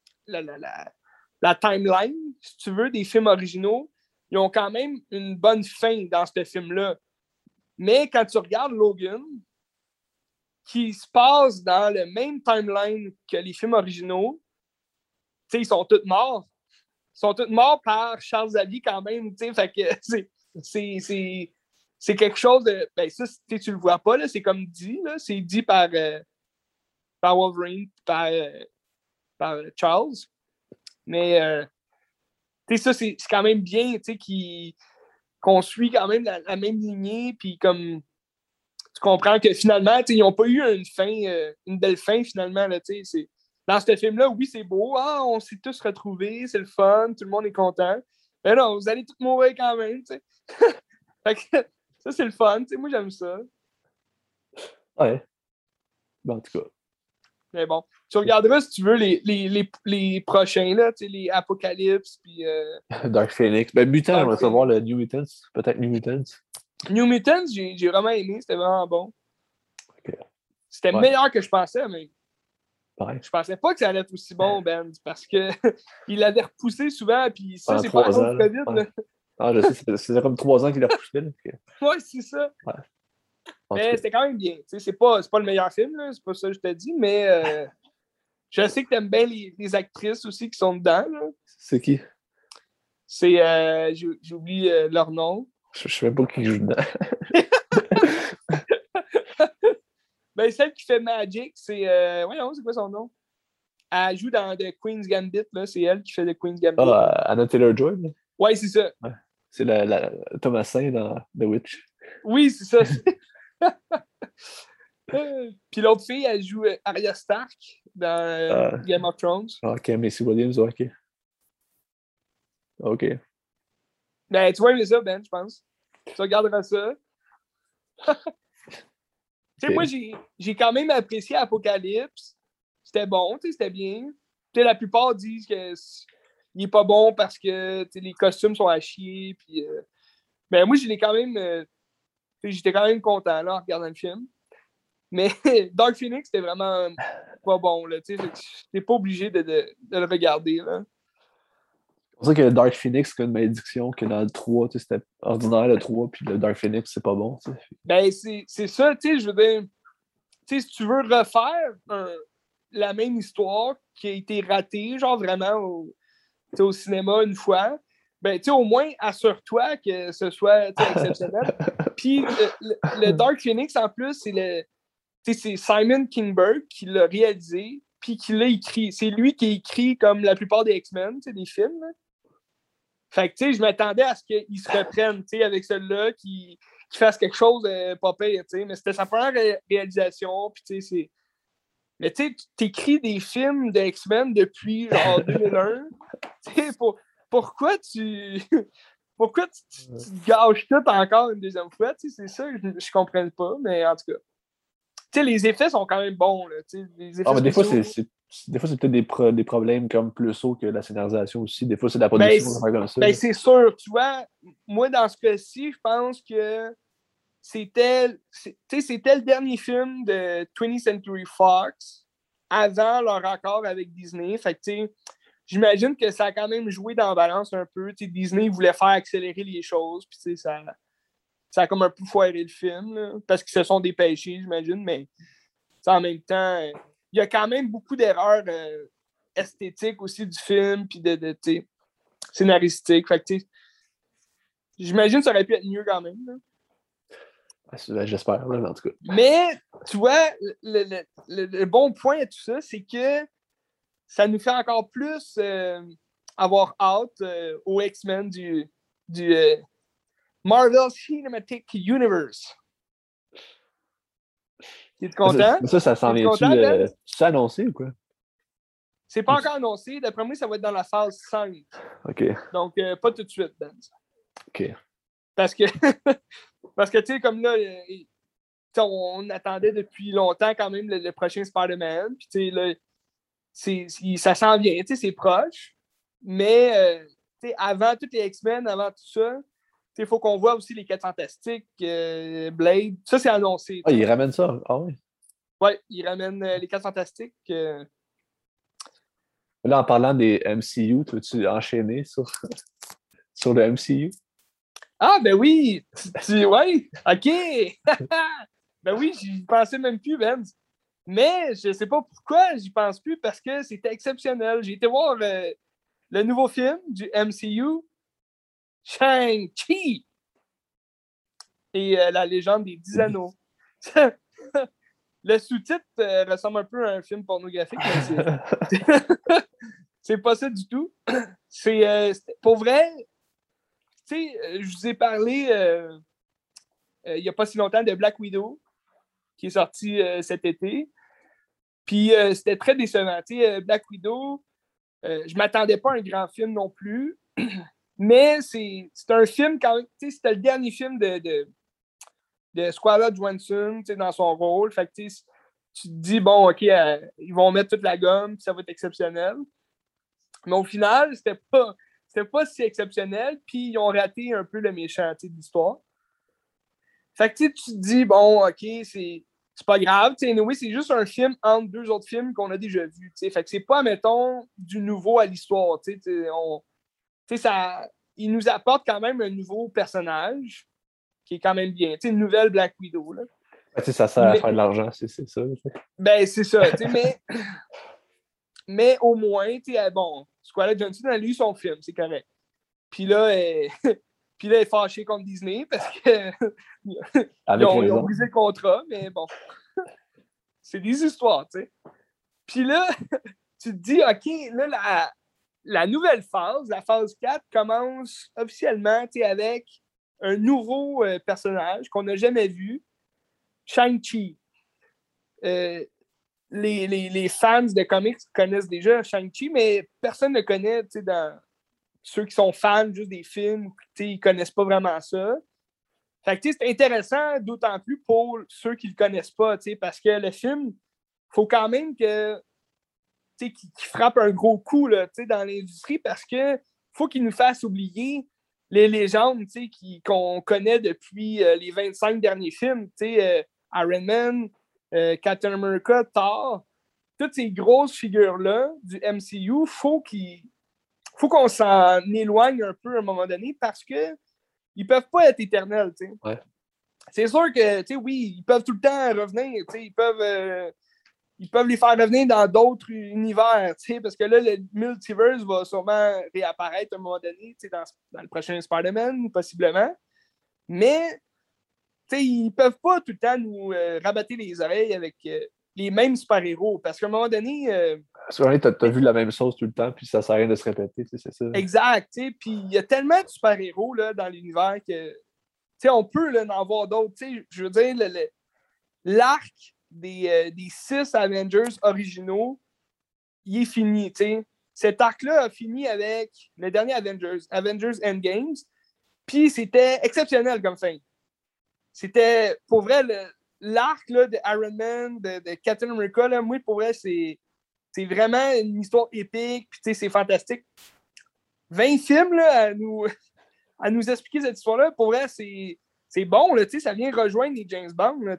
la timeline, si tu veux, des films originaux. Ils ont quand même une bonne fin dans ce film-là. Mais quand tu regardes Logan, qui se passe dans le même timeline que les films originaux, tu sais, ils sont tous morts. Ils sont tous morts par Charles Xavier quand même, tu sais, fait que c'est quelque chose de... Ben ça, tu le vois pas, là, c'est comme dit, là, c'est dit par Wolverine, par Charles. Mais, tu sais, ça, c'est quand même bien, tu sais, qu'on suit quand même la même lignée, puis comme tu comprends que finalement, ils n'ont pas eu une belle fin, finalement, là, tu sais, dans ce film-là, oui, c'est beau, on s'est tous retrouvés, c'est le fun, tout le monde est content, mais non, vous allez tous mourir quand même, tu sais. Fait que ça, c'est le fun, tu sais, moi, j'aime ça. Ouais. Ben, en tout cas. Mais bon, tu regarderas, si tu veux, les prochains, là, tu sais, les Apocalypse, puis... Dark Phoenix. Ben, Mutant, j'aimerais savoir le New Mutants. Peut-être New Mutants. New Mutants, j'ai vraiment aimé, c'était vraiment bon. Okay. C'était meilleur que je pensais, mais... Pareil. Je pensais pas que ça allait être aussi bon, Ben, parce que il l'avait repoussé souvent, puis ça, c'est pas à cause du COVID. Ouais. Ah, je sais, c'est comme 3 ans qu'il l'a repoussé. Ouais, c'est ça. Ouais. Mais c'était quand même bien. C'est pas le meilleur film, là, c'est pas ça que je te dis, mais je sais que t'aimes bien les actrices aussi qui sont dedans. Là. C'est qui? C'est, j'oublie leur nom. Je sais même pas qui joue dedans. Ben, celle qui fait Magic, c'est... voyons, c'est quoi son nom? Elle joue dans The Queen's Gambit, là. C'est elle qui fait The Queen's Gambit. Ah, Anna Taylor-Joy? Ouais, c'est ça. Ouais. C'est la Thomasin dans The Witch. Oui, c'est ça. Puis l'autre fille, elle joue Arya Stark dans Game of Thrones. Ok, Maisie Williams, ok. Ok. Ben, tu vas aimer ça, Ben, je pense. Tu regarderas ça. Tu sais, moi, j'ai quand même apprécié Apocalypse. C'était bon, tu sais, c'était bien. Tu sais, la plupart disent que il est pas bon parce que les costumes sont à chier. Puis, ben, moi, j'étais quand même content là, en regardant le film. Mais Dark Phoenix, c'était vraiment pas bon. Là, tu n'es pas obligé de le regarder. Là. C'est pour ça que le Dark Phoenix, c'est une malédiction que dans le 3, c'était ordinaire le 3, puis le Dark Phoenix, c'est pas bon. T'sais. Ben, c'est ça, tu sais, je veux dire, tu sais, si tu veux refaire la même histoire qui a été ratée, genre vraiment au cinéma une fois, ben, tu sais, au moins, assure-toi que ce soit exceptionnel. Puis le Dark Phoenix, en plus, c'est Simon Kinberg qui l'a réalisé, puis qui l'a écrit. C'est lui qui a écrit comme la plupart des X-Men, des films. Là. Fait que, tu sais, je m'attendais à ce qu'il se reprenne, tu sais, avec celui-là, qui fasse quelque chose de pas pire, tu sais. Mais c'était sa première réalisation, puis tu sais, c'est... Mais tu sais, tu écris des films de X-Men depuis, genre, 2001. Tu sais, pourquoi tu... Pourquoi tu te gâches tout encore une deuxième fois? Tu sais, c'est ça que je comprends pas, mais en tout cas. Tu sais, les effets sont quand même bons, là. Tu sais, les effets mais des fois, spéciaux... des fois, c'est peut-être des problèmes comme plus haut que la scénarisation aussi. Des fois, c'est de la Ben, production, comme ça. ben c'est sûr, tu vois. Moi, dans ce cas-ci, je pense que c'était le dernier film de 20th Century Fox avant leur accord avec Disney. Fait que, j'imagine que ça a quand même joué dans la balance un peu. T'sais, Disney voulait faire accélérer les choses, puis ça a comme un peu foiré le film, là, parce qu'ils se sont dépêchés, j'imagine, mais en même temps, il y a quand même beaucoup d'erreurs esthétiques aussi du film, puis de scénaristiques. Fait que, j'imagine que ça aurait pu être mieux quand même. Là. J'espère, en tout cas. Mais, tu vois, le bon point de tout ça, c'est que ça nous fait encore plus avoir hâte aux X-Men du Marvel Cinematic Universe. Tu es content? Ça s'en vient-tu Ben? c'est annoncé ou quoi? C'est pas encore annoncé. D'après moi, ça va être dans la phase 5. OK. Donc, pas tout de suite, Ben. OK. Parce que, tu sais, comme là, on attendait depuis longtemps quand même le prochain Spider-Man. Puis, tu sais, là, ça s'en vient, tu sais, c'est proche. Mais, tu sais, avant tous les X-Men, avant tout ça, il faut qu'on voit aussi les 4 Fantastiques, Blade. Ça, c'est annoncé. Ah, ils ramènent ça? Ah oui? Ouais, ils ramènent les 4 Fantastiques. Là, en parlant des MCU, tu enchaîner sur le MCU? Ah, ben oui! Ouais, OK! Ben oui, j'y pensais même plus, Ben. Mais je sais pas pourquoi j'y pense plus, parce que c'était exceptionnel. J'ai été voir le nouveau film du MCU, Shang-Chi et la légende des 10 anneaux. Le sous-titre ressemble un peu à un film pornographique, mais c'est pas ça du tout. C'est pour vrai, tu sais, je vous ai parlé il n'y a pas si longtemps de Black Widow, qui est sorti cet été. Puis c'était très décevant. Tu sais, Black Widow, je m'attendais pas à un grand film non plus. Mais c'est un film quand même. Tu sais, c'était le dernier film de Scarlett Johansson, tu sais, dans son rôle. Fait que tu te dis, bon, OK, ils vont mettre toute la gomme, puis ça va être exceptionnel. Mais au final, c'était pas si exceptionnel, puis ils ont raté un peu le méchant, tu sais, de l'histoire. Fait que tu te dis, bon, OK, c'est pas grave. Anyway, c'est juste un film entre 2 autres films qu'on a déjà vus. Fait que c'est pas, mettons, du nouveau à l'histoire. Il nous apporte quand même un nouveau personnage qui est quand même bien. Une nouvelle Black Widow. Là. Ça sert à faire de l'argent, c'est ça. Ben, c'est ça. mais au moins, bon, Scarlett Johansson a lu son film, c'est correct. Puis là, Puis là, elle est fâchée contre Disney parce que ils ont brisé le contrat, mais bon. C'est des histoires, tu sais. Puis là, tu te dis, OK, là, la nouvelle phase, la phase 4, commence officiellement avec un nouveau personnage qu'on n'a jamais vu. Shang-Chi. Les fans de comics connaissent déjà Shang-Chi, mais personne ne le connaît, dans ceux qui sont fans juste des films, ils ne connaissent pas vraiment ça. Fait que c'est intéressant, d'autant plus pour ceux qui ne le connaissent pas, parce que le film, il faut quand même que qu'il frappe un gros coup là, dans l'industrie parce qu'il faut qu'il nous fasse oublier les légendes qu'on connaît depuis les 25 derniers films. Iron Man, Captain America, Thor, toutes ces grosses figures-là du MCU, faut qu'on s'en éloigne un peu à un moment donné parce qu'ils ne peuvent pas être éternels. Ouais. C'est sûr que, oui, ils peuvent tout le temps revenir. Ils peuvent les faire revenir dans d'autres univers, parce que là, le multiverse va sûrement réapparaître à un moment donné, dans le prochain Spider-Man, possiblement. Mais, ils peuvent pas tout le temps nous rabattre les oreilles avec les mêmes super-héros, parce qu'à un moment donné... t'as vu la même chose tout le temps, puis ça sert à rien de se répéter, c'est ça. Exact, puis il y a tellement de super-héros là, dans l'univers que, on peut là, en voir d'autres. Je veux dire, l'arc des 6 Avengers originaux, il est fini. Cet arc-là a fini avec le dernier Avengers Endgames, puis c'était exceptionnel comme fin. C'était, pour vrai, l'arc là, de Iron Man, de Captain America, là, moi, pour vrai, c'est vraiment une histoire épique, puis c'est fantastique. 20 films là, à nous expliquer cette histoire-là, pour vrai, c'est bon, là, ça vient rejoindre les James Bond, là,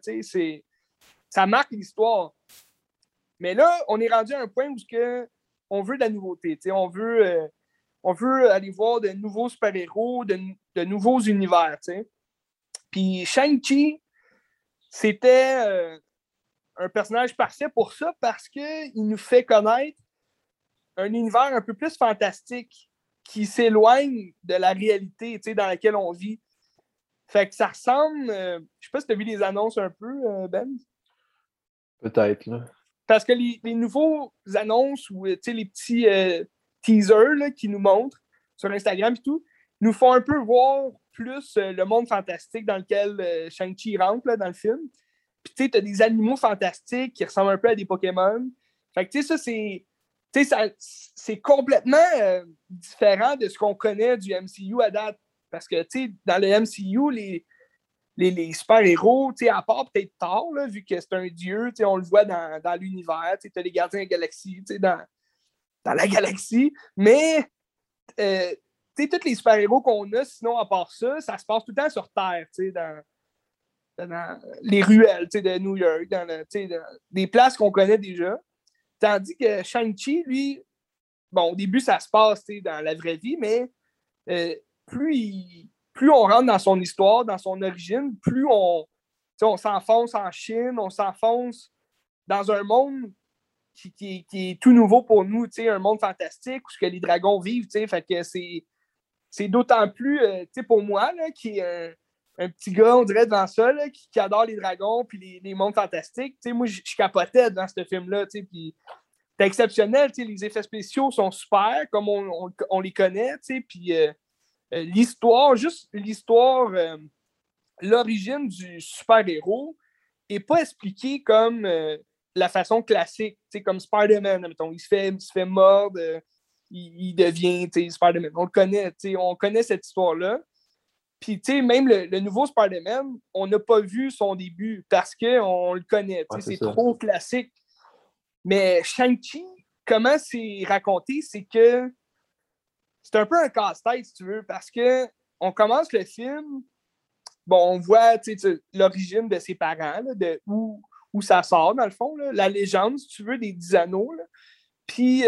ça marque l'histoire. Mais là, on est rendu à un point où on veut de la nouveauté. On veut aller voir de nouveaux super-héros, de nouveaux univers. Puis Shang-Chi, c'était un personnage parfait pour ça parce qu'il nous fait connaître un univers un peu plus fantastique qui s'éloigne de la réalité dans laquelle on vit. Fait que ça ressemble... je sais pas si tu as vu les annonces un peu, Ben? Peut-être, là. Parce que les nouveaux annonces ou les petits teasers là, qui nous montrent sur Instagram et tout, nous font un peu voir plus le monde fantastique dans lequel Shang-Chi rentre là, dans le film. Puis tu sais, t'as des animaux fantastiques qui ressemblent un peu à des Pokémon. Fait que tu sais, ça, c'est complètement différent de ce qu'on connaît du MCU à date. Parce que tu sais, dans le MCU, les super-héros, à part peut-être Thor, là, vu que c'est un dieu, on le voit dans l'univers, tu as les gardiens de la galaxie, dans la galaxie, mais tous les super-héros qu'on a, sinon à part ça, ça se passe tout le temps sur Terre, dans les ruelles de New York, dans des places qu'on connaît déjà. Tandis que Shang-Chi, lui, bon, au début, ça se passe dans la vraie vie, mais plus on rentre dans son histoire, dans son origine, plus on s'enfonce en Chine, on s'enfonce dans un monde qui est tout nouveau pour nous, un monde fantastique où que les dragons vivent. Fait que c'est d'autant plus, pour moi, là, qui est un petit gars, on dirait, devant ça, là, qui adore les dragons puis les mondes fantastiques. Moi, je capotais dans ce film-là. Puis c'est exceptionnel. Les effets spéciaux sont super, comme on les connaît. Puis l'histoire, l'origine du super-héros n'est pas expliquée comme la façon classique, comme Spider-Man, admettons. Il se fait mordre, il devient Spider-Man. On connaît cette histoire-là. Puis, même le nouveau Spider-Man, on n'a pas vu son début parce qu'on le connaît. Ouais, c'est trop classique. Mais Shang-Chi, comment c'est raconté, c'est que c'est un peu un casse-tête, si tu veux, parce que on commence le film, bon, on voit l'origine de ses parents, là, de où ça sort, dans le fond, là, la légende, si tu veux, des 10 anneaux. Là. Puis,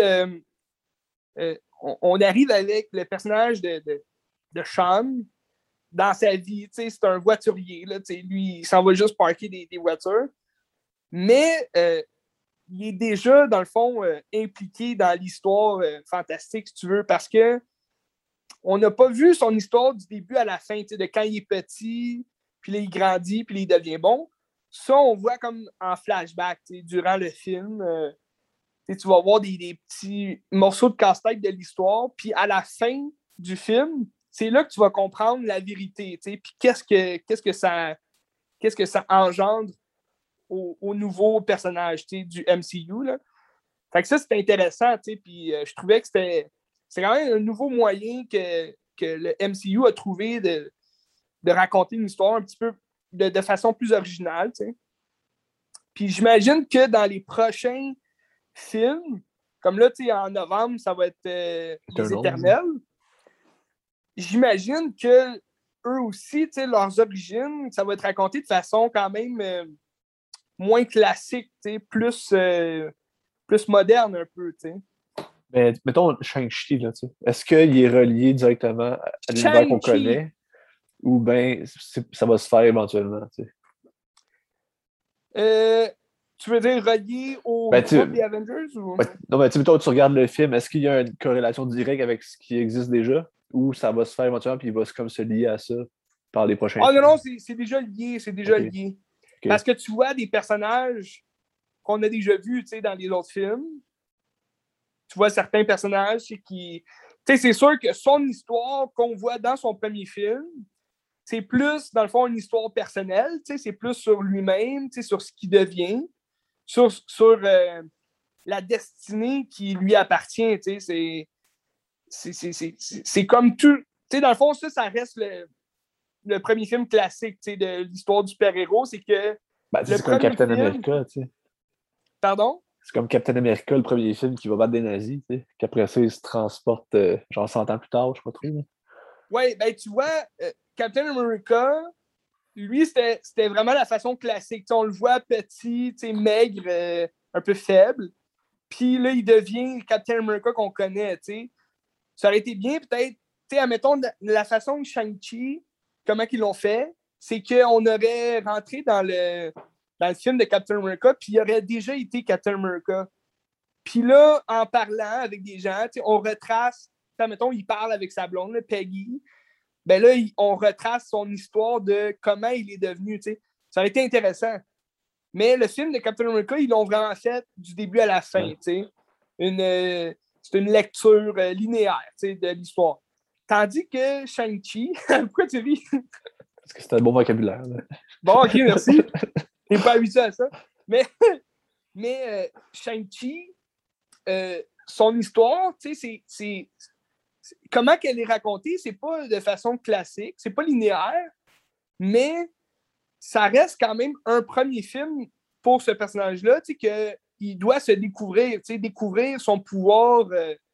on arrive avec le personnage de Sean dans sa vie. C'est un voiturier. Là, lui, il s'en va juste parker des voitures. Mais il est déjà, dans le fond, impliqué dans l'histoire fantastique, si tu veux, parce que on n'a pas vu son histoire du début à la fin, de quand il est petit, puis là, il grandit, puis là, il devient bon. Ça, on voit comme en flashback, durant le film. Tu vas voir des petits morceaux de casse-tête de l'histoire, puis à la fin du film, c'est là que tu vas comprendre la vérité, puis qu'est-ce que ça engendre aux nouveaux personnages du MCU. Là. Fait que ça, c'était intéressant, puis je trouvais que c'est quand même un nouveau moyen que le MCU a trouvé de raconter une histoire un petit peu de façon plus originale. T'sais. Puis j'imagine que dans les prochains films, comme là, en novembre, ça va être Les Éternels. J'imagine que eux aussi, leurs origines, ça va être raconté de façon quand même moins classique, plus moderne un peu. T'sais. Mais mettons Shang-Chi, là, est-ce qu'il est relié directement à l'univers qu'on connaît ou bien ça va se faire éventuellement? Tu veux dire relié au groupe des Avengers? Ou... Non, mais mettons, tu regardes le film, est-ce qu'il y a une corrélation directe avec ce qui existe déjà ou ça va se faire éventuellement puis il va comme se lier à ça par les prochains films? Non, c'est déjà lié, lié. Okay. Parce que tu vois des personnages qu'on a déjà vus dans les autres films. Tu vois certains personnages qui... c'est sûr que son histoire qu'on voit dans son premier film, c'est plus, dans le fond, une histoire personnelle. C'est plus sur lui-même, sur ce qu'il devient, sur la destinée qui lui appartient. C'est comme tout... dans le fond, ça reste le premier film classique de l'histoire du super-héros. C'est que... c'est comme Captain America, Pardon? C'est comme Captain America, le premier film qui va battre des nazis, qu'après ça, il se transporte genre 100 ans plus tard, je sais pas trop. Oui, ben tu vois, Captain America, lui, c'était vraiment la façon classique. On le voit petit, maigre, un peu faible. Puis là, il devient Captain America qu'on connaît. T'sais. Ça aurait été bien, peut-être, admettons, la façon de Shang-Chi, comment ils l'ont fait, c'est qu'on aurait rentré dans le film de Captain America, puis il aurait déjà été Captain America. Puis là, en parlant avec des gens, on retrace, admettons, il parle avec sa blonde, là, Peggy. Ben là, on retrace son histoire de comment il est devenu. T'sais. Ça aurait été intéressant. Mais le film de Captain America, ils l'ont vraiment fait du début à la fin. C'est une lecture linéaire de l'histoire. Tandis que Shang-Chi, pourquoi tu ris? Parce que c'est un bon vocabulaire. Là. Bon, ok, merci. T'es pas habitué à ça. Mais Shang-Chi, son histoire, c'est comment qu'elle est racontée, c'est pas de façon classique, c'est pas linéaire, mais ça reste quand même un premier film pour ce personnage-là, qu'il doit se découvrir son pouvoir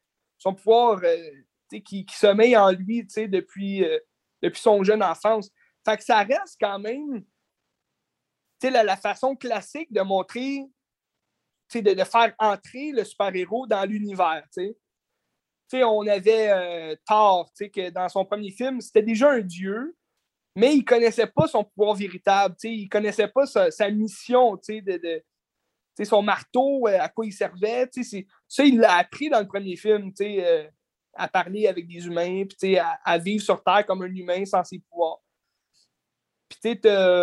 qui sommeille en lui depuis son jeune enfance. Fait que ça reste quand même la façon classique de montrer, de faire entrer le super-héros dans l'univers. On avait Thor, que dans son premier film, c'était déjà un dieu, mais il ne connaissait pas son pouvoir véritable. Il ne connaissait pas sa mission, son marteau, à quoi il servait. Ça, il l'a appris dans le premier film, à parler avec des humains, puis à vivre sur Terre comme un humain sans ses pouvoirs. Puis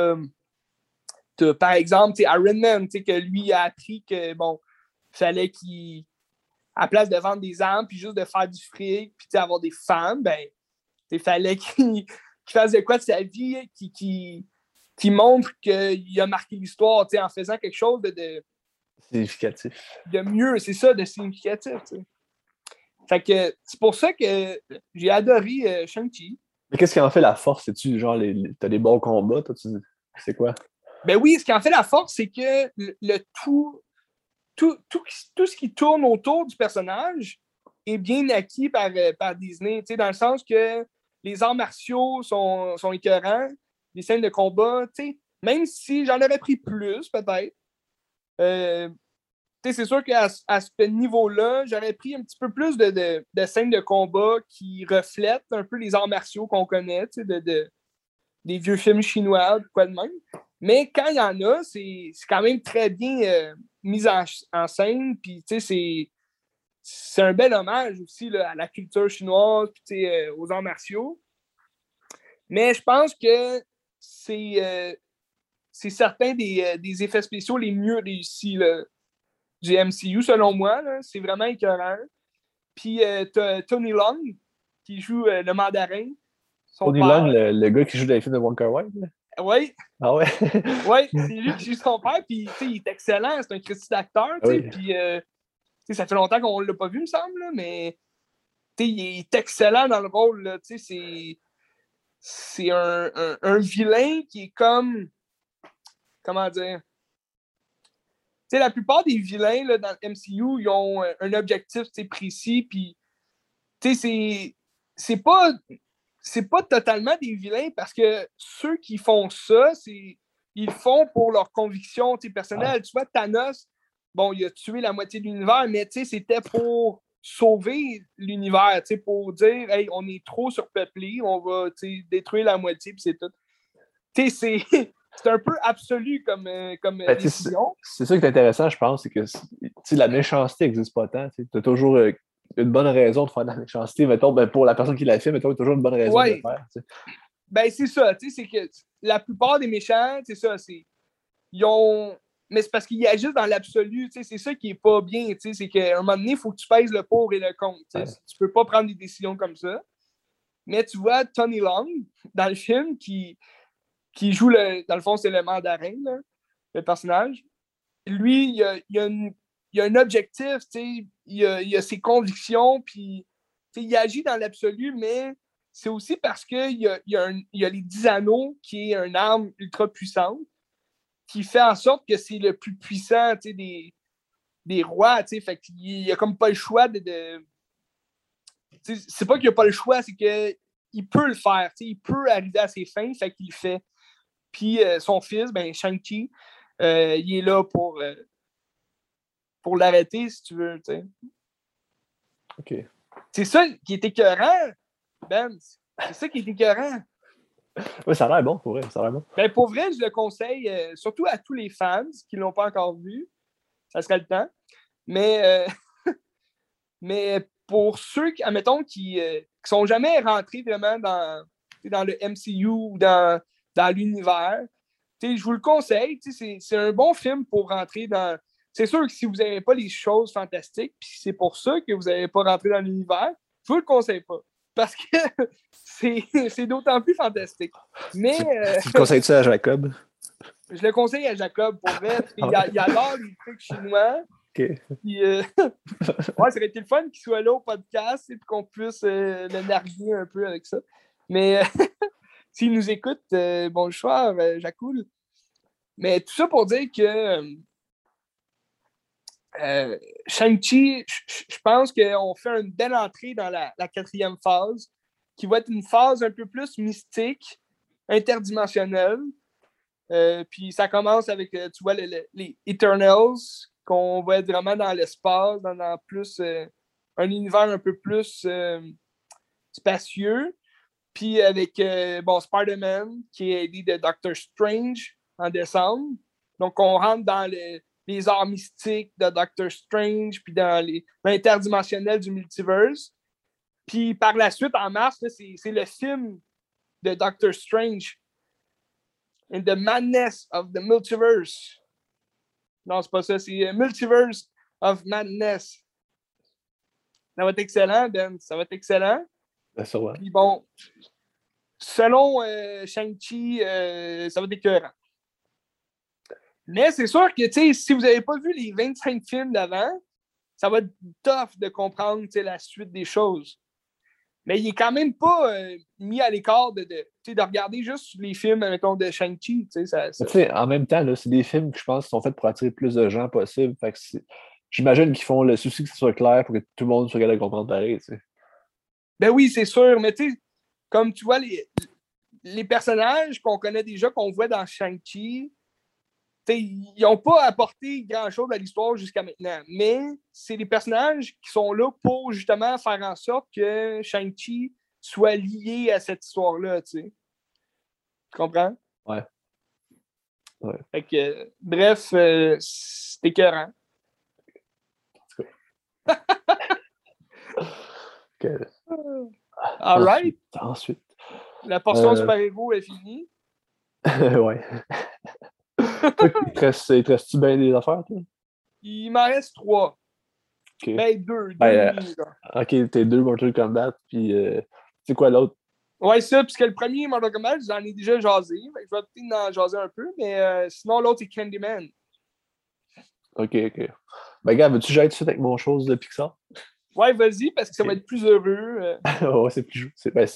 par exemple, Iron Man, que lui a appris que, bon, fallait qu'il, à place de vendre des armes, puis juste de faire du fric, puis avoir des femmes, ben, il fallait qu'il fasse de quoi de sa vie, qui montre qu'il a marqué l'histoire, en faisant quelque chose de significatif. De mieux, c'est ça, de significatif. T'sais. Fait que c'est pour ça que j'ai adoré Shang-Chi. Mais qu'est-ce qui en fait la force? C'est-tu genre, t'as des bons combats? C'est quoi? Ben oui, ce qui en fait la force, c'est que tout ce qui tourne autour du personnage est bien acquis par Disney, dans le sens que les arts martiaux sont écœurants, les scènes de combat, même si j'en aurais pris plus, peut-être, c'est sûr qu'à ce niveau-là, j'aurais pris un petit peu plus de scènes de combat qui reflètent un peu les arts martiaux qu'on connaît, des vieux films chinois, quoi de même. Mais quand il y en a, c'est quand même très bien mis en scène. Puis, c'est un bel hommage aussi là, à la culture chinoise, puis, aux arts martiaux. Mais je pense que c'est certains des effets spéciaux les mieux réussis là, du MCU, selon moi. Là. C'est vraiment écœurant. Puis, t'as Tony Leung qui joue le mandarin. Tony Leung, le gars qui joue dans les films de Wong Kar-wai. Oui, Ah ouais? ouais, c'est lui qui joue son père, puis il est excellent, c'est un Christy d'acteur, Oui. puis ça fait longtemps qu'on ne l'a pas vu, me semble, là, mais il est excellent dans le rôle, là, c'est un vilain qui est comme, comment dire, la plupart des vilains là, dans le MCU, ils ont un objectif précis, puis c'est pas c'est pas totalement des vilains parce que ceux qui font ça, ils le font pour leurs convictions personnelles. Ouais. Tu vois, Thanos, bon, il a tué la moitié de l'univers, mais c'était pour sauver l'univers, pour dire, hey, on est trop surpeuplé, on va détruire la moitié, puis c'est tout. C'est un peu absolu comme décision. C'est ça qui est intéressant, je pense, c'est que la méchanceté n'existe pas tant. Tu as toujours une bonne raison de faire de la méchanceté. Mettons, pour la personne qui l'a fait, mettons, il y a toujours une bonne raison de le faire. T'sais. Ben, c'est ça. C'est que la plupart des méchants, c'est ça. Ils ont. Mais c'est parce qu'ils agissent dans l'absolu. C'est ça qui est pas bien. C'est qu'à un moment donné, il faut que tu pèses le pour et le contre. Ouais. Tu peux pas prendre des décisions comme ça. Mais tu vois, Tony Long, dans le film, qui joue, dans le fond, c'est le mandarin, là, le personnage. Lui, il a un objectif, il a ses convictions, puis il agit dans l'absolu, mais c'est aussi parce qu'il y a les 10 anneaux, qui est une arme ultra puissante, qui fait en sorte que c'est le plus puissant des rois. Fait qu'il n'a comme pas le choix de c'est pas qu'il n'a pas le choix, c'est qu'il peut le faire. Il peut arriver à ses fins, fait qu'il le fait. Puis son fils, ben, Shang-Chi, il est là pour l'arrêter, si tu veux. T'sais. OK. C'est ça qui est écœurant, Ben. C'est ça qui est écœurant. Oui, ça a l'air bon, pour vrai. Ça a l'air bon. Ben, pour vrai, je le conseille, surtout à tous les fans qui ne l'ont pas encore vu. Ça serait le temps. Mais, mais pour ceux, admettons, qui ne sont jamais rentrés vraiment dans le MCU ou dans l'univers, je vous le conseille. C'est un bon film pour rentrer dans. C'est sûr que si vous n'avez pas les choses fantastiques, puis c'est pour ça que vous n'avez pas rentré dans l'univers, je vous le conseille pas. Parce que c'est d'autant plus fantastique. Mais. Tu le conseilles ça à Jacob? Je le conseille à Jacob, pour vrai. Il adore les trucs chinois. OK. Puis, ouais, ça aurait été le fun qu'il soit là au podcast et qu'on puisse le narguer un peu avec ça. Mais s'il nous écoute, bonsoir, Jacoul. Mais tout ça pour dire que Shang-Chi, je pense qu'on fait une belle entrée dans la 4e phase, qui va être une phase un peu plus mystique, interdimensionnelle. Puis ça commence avec, tu vois, les Eternals, qu'on va être vraiment dans l'espace, dans plus un univers un peu plus spacieux. Puis avec Spider-Man, qui est aidé de Doctor Strange en décembre. Donc on rentre dans les arts mystiques de Doctor Strange, puis dans l'interdimensionnel du multiverse. Puis par la suite, en mars, là, c'est le film de Doctor Strange. In the Madness of the Multiverse. Non, c'est pas ça, c'est Multiverse of Madness. Ça va être excellent, Ben. Ça va être excellent. Ben, sûrement. Puis bon, selon Shang-Chi, ça va être écœurant. Mais c'est sûr que, si vous n'avez pas vu les 25 films d'avant, ça va être tough de comprendre la suite des choses. Mais il est quand même pas mis à l'écart de regarder juste les films, mettons, de Shang-Chi. En même temps, là, c'est des films que je pense qui sont faits pour attirer le plus de gens possible. Fait que j'imagine qu'ils font le souci que ce soit clair pour que tout le monde soit capable de comprendre pareil. T'sais. Ben oui, c'est sûr. Mais comme tu vois, les personnages qu'on connaît déjà, qu'on voit dans Shang-Chi, ils n'ont pas apporté grand-chose à l'histoire jusqu'à maintenant. Mais c'est des personnages qui sont là pour justement faire en sorte que Shang-Chi soit lié à cette histoire-là. Tu comprends? Ouais. Fait que, bref, c'est écœurant. Okay. All right. Ensuite. La portion super-héros est finie. Ouais. Il te reste-tu bien des affaires, toi? Il m'en reste 3. Okay. Ben, 2. OK, t'es 2 Mortal Kombat, puis c'est quoi l'autre? Ouais, ça, puisque le premier Mortal Kombat, j'en ai déjà jasé. Fait que je vais peut-être en jaser un peu, mais sinon, l'autre, c'est Candyman. Ok, ok. Ben, gars, veux-tu que j'aille tout de suite avec mon chose de Pixar? Ouais, vas-y, parce que ça va Ok. être plus heureux. Ouais, c'est plus.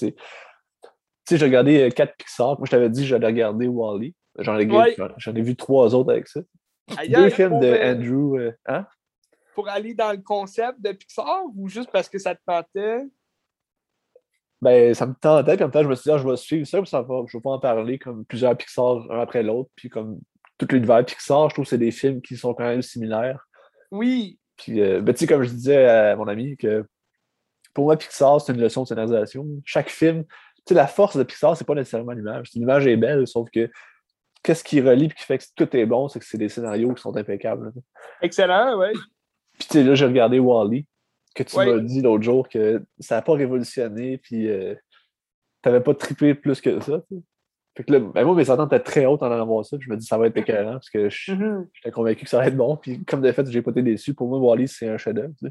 Tu sais, j'ai regardé 4 Pixar. Moi, je t'avais dit que j'allais regarder Wall-E. Ouais, J'en ai vu 3 autres avec ça. Deux ailleurs, films de Andrew. Hein? pour aller dans le concept de Pixar ou juste parce que ça te tentait? Ben, ça me tentait, puis en même temps, je me suis dit, ah, je vais suivre ça, puis je vais pas en parler comme plusieurs Pixar un après l'autre, puis comme tout l'univers Pixar, je trouve que c'est des films qui sont quand même similaires. Oui, Puis, ben, tu sais, comme je disais à mon ami, que pour moi, Pixar, c'est une leçon de scénarisation. Chaque film, tu sais, la force de Pixar, c'est pas nécessairement l'image. L'image est belle, sauf que qu'est-ce qui relie et qui fait que tout est bon, c'est que c'est des scénarios qui sont impeccables. excellent, ouais. Puis, tu sais, là, j'ai regardé Wall-E, que tu Ouais. m'as dit l'autre jour que ça n'a pas révolutionné, puis t'avais pas trippé plus que ça. T'sais. Fait que là, ben moi, mes attentes étaient très hautes en allant voir ça. Puis je me dis, ça va être écœurant parce que Mhm. j'étais convaincu que ça allait être bon. Puis comme de fait, j'ai pas été déçu. Pour moi, Wall-E, c'est un chef-d'œuvre. Tu sais.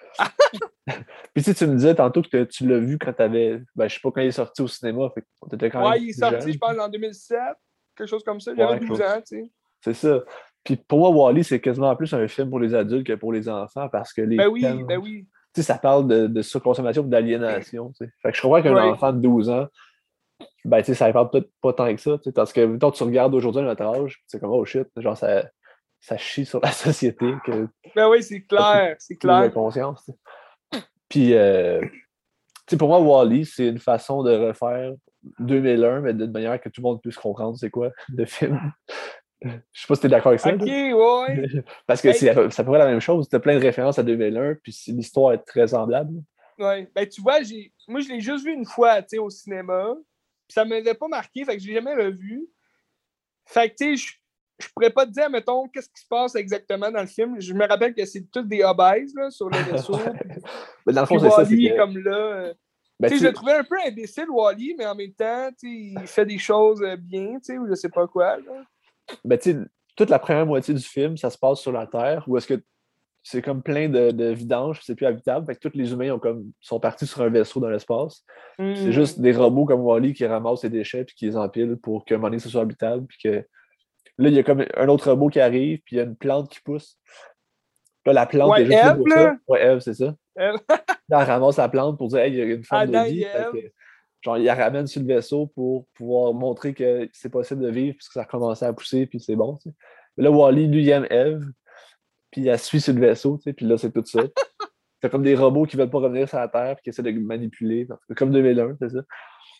Puis si tu me disais tantôt que tu l'as vu quand t'avais. Ben, je sais pas quand il est sorti au cinéma. Fait que t'étais quand même Ouais, il est plus sorti, je jeune. pense, en 2007, quelque chose comme ça. J'avais Ouais, 12 ans, tu sais. c'est ça. Puis pour moi, Wall-E, c'est quasiment plus un film pour les adultes que pour les enfants parce que les Ben oui, thèmes. ben oui. Tu sais, ça parle de surconsommation et d'aliénation. Tu sais. Fait que je comprends qu'un Ouais. enfant de 12 ans, ben, tu sais, ça ne parle peut-être pas tant que ça. Tu sais, parce que, mettons, tu regardes aujourd'hui à notre âge, c'est comme, oh shit, genre, ça chie sur la société, que Ben oui, c'est t'as clair, c'est plus de clair. conscience. Tu sais. Puis, tu sais, pour moi, Wall-E, c'est une façon de refaire 2001, mais d'une manière que tout le monde puisse comprendre c'est quoi le film. Je sais pas si t'es d'accord avec ça. OK, Là. ouais. Parce que Ben, c'est à peu près la même chose. T'as plein de références à 2001, puis l'histoire est très semblable. ouais. Ben, tu vois, moi, je l'ai juste vu une fois, tu sais, au cinéma. Puis ça ne m'avait pas marqué, fait que je l'ai jamais revu. Fait que, tu sais, je pourrais pas te dire, mettons, qu'est-ce qui se passe exactement dans le film. Je me rappelle que c'est tous des obèses, là, sur le vaisseau. Mais dans le Puis fond, c'est ça, c'est Wall-E, que. comme là. Ben, Tu sais, tu je le sais, trouvais un peu imbécile, Wall-E, mais en même temps, tu sais, il fait des choses bien, tu sais, ou je sais pas quoi, là. ben, tu sais, toute la première moitié du film, ça se passe sur la Terre, où est-ce que c'est comme plein de vidanges, c'est plus habitable. Fait que tous les humains sont partis sur un vaisseau dans l'espace. C'est juste des robots comme Wall-E qui ramassent les déchets puis qui les empilent pour qu'à un moment donné, ce soit habitable. Puis que là, il y a comme un autre robot qui arrive, puis il y a une plante qui pousse. Là, la plante est Ouais, juste là Eve, pour ça. là. Ouais, Eve, c'est ça. Eve. Là, elle ramasse la plante pour dire, hey, il y a une forme de Adam et vie. Fait que, Eve. genre, il la ramène sur le vaisseau pour pouvoir montrer que c'est possible de vivre puisque ça a commencé à pousser, puis c'est bon. Tu sais. Mais là, Wall-E, lui, il aime Eve, puis elle suit sur le vaisseau, tu sais, puis là, c'est tout ça. C'est comme des robots qui veulent pas revenir sur la Terre et qui essaient de manipuler. Comme 2001, c'est ça.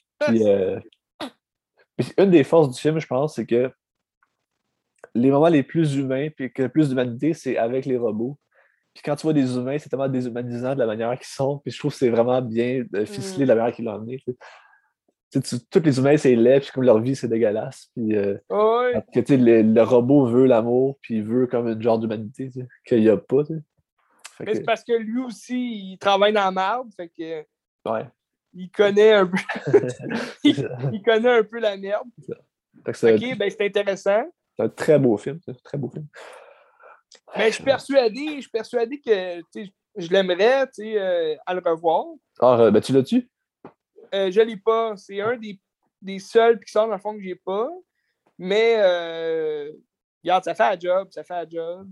Puis une des forces du film, je pense, c'est que les moments les plus humains puis que le plus d'humanité, c'est avec les robots. Puis quand tu vois des humains, c'est tellement déshumanisant de la manière qu'ils sont. Puis je trouve que c'est vraiment bien ficelé de la manière qu'ils l'ont amené. Tous les humains, c'est laid, puis comme leur vie, c'est dégueulasse. Puis Ouais. que, le robot veut l'amour, puis il veut comme une genre d'humanité qu'il n'y a pas. Fait Mais que, c'est parce que lui aussi, il travaille dans la merde, fait que ouais. il connaît un peu. C'est il, ça. il connaît un peu la merde. Fait que OK, ben c'est intéressant. c'est un très beau film. C'est un très beau film. Mais je suis persuadé que tu sais, je l'aimerais tu sais, à le revoir. Alors, ben, tu l'as-tu? Je l'ai pas. C'est un des seuls Pixar, dans le fond, que j'ai pas. Mais regarde, ça fait un job, ça fait un job.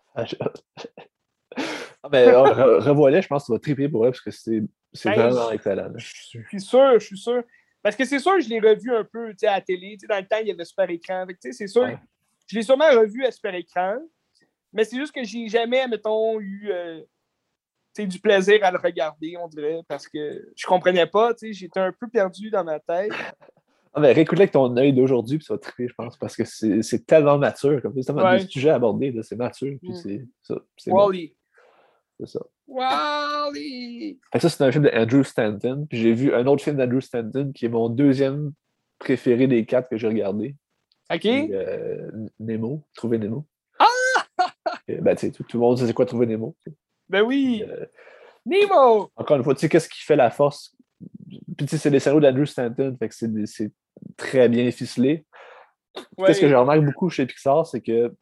Ah, ben, revoilà, je pense que tu vas triper pour elle parce que c'est Ben, vraiment excellent. Là. je suis sûr, je suis sûr. Parce que c'est sûr, je l'ai revu un peu à la télé. Dans le temps, il y avait Super Écran. C'est sûr, Ouais. je l'ai sûrement revu à Super Écran. Mais c'est juste que j'ai jamais, mettons, eu du plaisir à le regarder, on dirait, parce que je comprenais pas. J'étais un peu perdu dans ma tête. Ah, ben, réécoute-le avec ton œil d'aujourd'hui, puis ça va triper, je pense, parce que c'est tellement mature. Comme, c'est tellement des Ouais. sujets abordés, là, c'est mature, puis c'est bon. Wall-E. C'est ça. Wall-E! Fait que ça, c'est un film de Andrew Stanton. Puis j'ai vu un autre film d'Andrew Stanton qui est mon deuxième préféré des 4 que j'ai regardé. OK? C'est Nemo, Trouver Nemo. Ah! Ben, tu sais, tout le monde sait c'est quoi Trouver Nemo. Ben Puis, oui! Nemo! encore une fois, tu sais, qu'est-ce qui fait la force? Puis, tu sais, c'est les scénarios d'Andrew Stanton, fait que c'est très bien ficelé. Qu'est-ce que je Ouais. remarque beaucoup chez Pixar, c'est que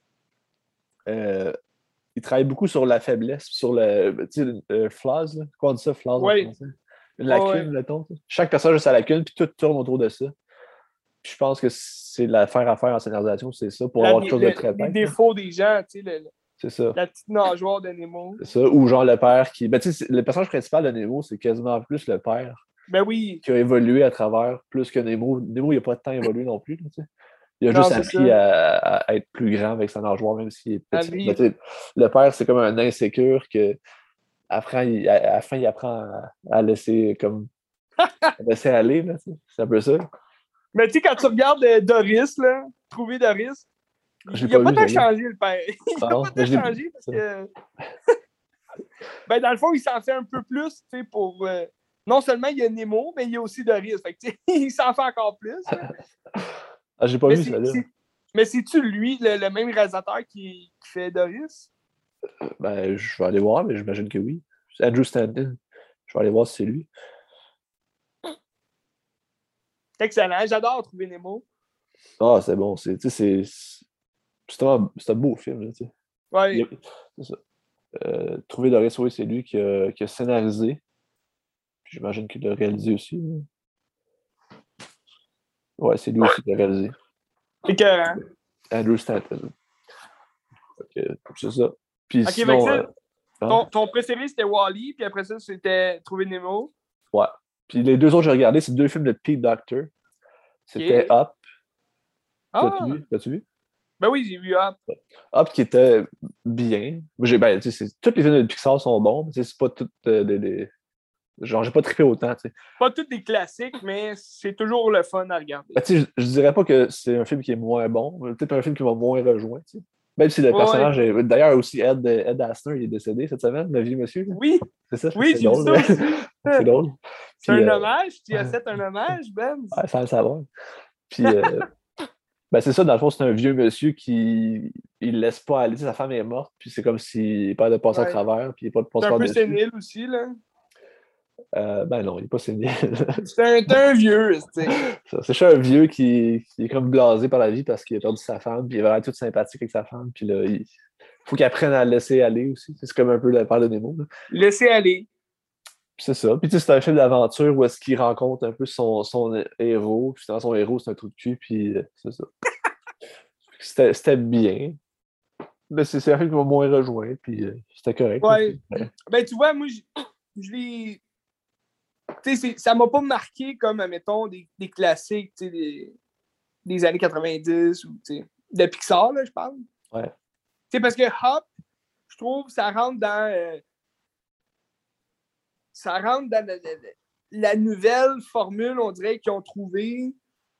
ils travaillent beaucoup sur la faiblesse, sur le, tu sais, flaws, là. Quoi on dit ça, flaws en Ouais. français? une lacune, Ouais. mettons. Chaque personnage a sa lacune, puis tout tourne autour de ça. Puis je pense que c'est l'affaire à faire en scénarisation, c'est ça, pour avoir quelque chose de très Les tête. défauts des gens, tu sais, C'est ça. la petite nageoire de Nemo. C'est ça. Ou genre le père qui. Ben, tu sais, le personnage principal de Nemo, c'est quasiment plus le père Ben oui, qui a évolué à travers plus que Nemo. Nemo, il n'a pas de temps évolué non plus. Là, tu sais. Il a non, juste c'est appris ça. à être plus grand avec sa nageoire, même s'il est À petit. Ben, vivre. tu sais, le père, c'est comme un insécure que après, à la fin, il apprend à laisser comme à laisser aller. Là, tu sais. C'est un peu ça. Mais tu sais, quand tu regardes Doris, là, trouver Doris, Je l'ai il a pas pas vu, tant celle-là. changé, le père. Il a Non, pas mais tant je l'ai. changé parce que, ben, dans le fond, il s'en fait un peu plus, tu sais, pour. Non seulement il y a Nemo, mais il y a aussi Doris. Fait que, tu sais, il s'en fait encore plus. Là. Ah, j'ai pas Mais vu celle-là. mais c'est-tu lui, le même réalisateur qui fait Doris? Ben, je vais aller voir, mais j'imagine que oui. C'est Andrew Stanton. Je vais aller voir si c'est lui. Excellent. J'adore trouver Nemo. Ah, c'est bon. Tu sais, c'est un beau film. Là, tu sais. Ouais. C'est ça. Trouver Doris, oui, c'est lui qui a scénarisé. Puis j'imagine qu'il l'a réalisé aussi. Là. Ouais, c'est lui aussi qui l'a réalisé. Écœurant. Andrew Stanton. C'est ça. Puis Ok, fait que sinon, ça, hein? ton préféré c'était Wall-E, puis après ça, c'était Trouver Nemo. Ouais. Puis les deux autres que j'ai regardés, c'est deux films de Pete Docter. C'était Ok. Up. Ah, L'as-tu vu? ben oui, j'ai vu Up. Up qui était bien. Ben, tu sais, tous les films de Pixar sont bons, mais tu sais, c'est pas tout genre, j'ai pas trippé autant, tu sais. Pas tous des classiques, mais c'est toujours le fun à regarder. Ben, tu sais, je dirais pas que c'est un film qui est moins bon, mais peut-être un film qui m'a moins rejoint, tu sais. Même si le Ouais. personnage est. D'ailleurs, aussi, Ed Asner, il est décédé cette semaine, le vieux monsieur. Là. Oui, C'est ça, je trouve que oui, c'est j'ai vu drôle. ça Là. aussi. C'est drôle. C'est Puis, un hommage. Tu as ouais, fait un hommage, Ben. sans le savoir. Puis, ben, c'est ça, dans le fond, c'est un vieux monsieur qui il laisse pas aller. Tu sais, sa femme est morte, puis c'est comme s'il n'est pas de passer à Ouais. travers, puis il n'est pas de C'est passer un peu par-dessus. sénile aussi, là. Ben non, il n'est pas saigné. C'est un vieux, tu sais. C'est juste un vieux qui est comme blasé par la vie parce qu'il a perdu sa femme, puis il avait l'air tout sympathique avec sa femme, puis là, il faut qu'il apprenne à le laisser aller aussi. C'est comme un peu la part de Nemo. Là. Laissez aller. Puis c'est ça. Puis tu sais, c'est un film d'aventure où est-ce qu'il rencontre un peu son héros, puis son héros, c'est un trou de cul, puis c'est ça. C'était bien. Mais c'est un film qui m'a moins rejoint, puis c'était correct. Ouais. Ouais. Ben, tu vois, moi, je l'ai. Tu sais, ça m'a pas marqué comme, admettons, des classiques, tu sais, des années 90 ou, tu sais, de Pixar, là, je parle. Ouais. Tu sais, parce que Hop, je trouve, ça rentre dans. Ça rentre dans la nouvelle formule, on dirait, qu'ils ont trouvée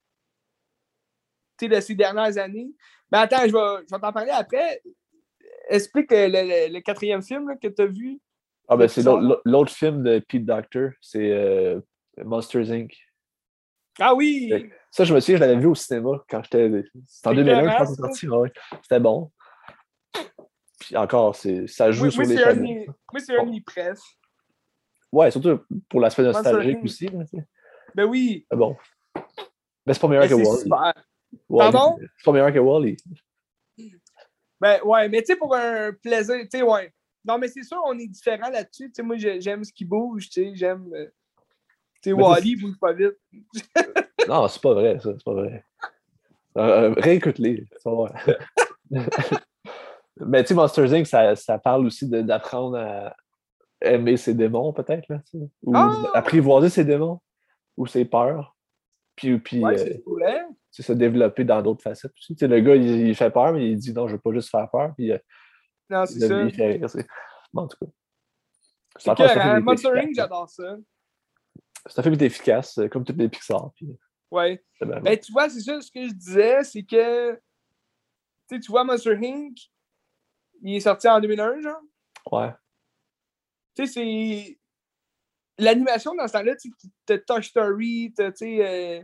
de ces dernières années. Mais attends, je vais t'en parler après. Explique le quatrième film là, que tu as vu. Ah ben c'est Pixar. l'autre film de Pete Docter, c'est Monsters Inc. Ah oui! Ça, je me souviens, je l'avais vu au cinéma quand j'étais. C'était en C'est 2001, je écœurant, pense que c'est ça. sorti. Ouais. C'était bon. Puis encore, ça joue sur les chaînes. Moi, c'est un de mes prefs. Ouais, surtout pour l'aspect Monster nostalgique Inc. aussi. Là, Ben oui, c'est bon. Mais c'est pas meilleur mais que c'est Wall-E. super. Wall-E, Pardon? c'est pas meilleur que Wall-E. Ben ouais, mais tu sais, pour un plaisir, tu sais, ouais. Non, mais c'est sûr, on est différents là-dessus. Tu sais, moi, j'aime ce qui bouge, tu sais, j'aime. Tu sais, Mais Wall-E bouge pas vite. non, c'est pas vrai, ça. C'est pas vrai. Réécoute-les. Ça va voir. Mais tu sais, Monsters Inc., ça parle aussi d'apprendre à aimer ses démons, peut-être, là, tu sais. Ou Ah! apprivoiser ses démons, ou ses peurs. Puis Ouais, c'est cool, hein? se développer dans d'autres facettes aussi. Tu sais, le gars, il fait peur, mais il dit non, je veux pas juste faire peur. Puis Non, c'est ça. il fait rire. Bon, en tout cas, C'est encore, c'est un film que qui est Monster efficace. Inc., j'adore ça. C'est un film qui est efficace, comme tous les Pixar. Puis, Ouais. c'est bien bon. Ben, tu vois, c'est ça ce que je disais, c'est que, tu vois, Monster Inc., il est sorti en 2001, genre. Ouais. Tu sais, c'est. L'animation dans ce temps-là, tu sais, t'as Toy Story, t'as, tu sais,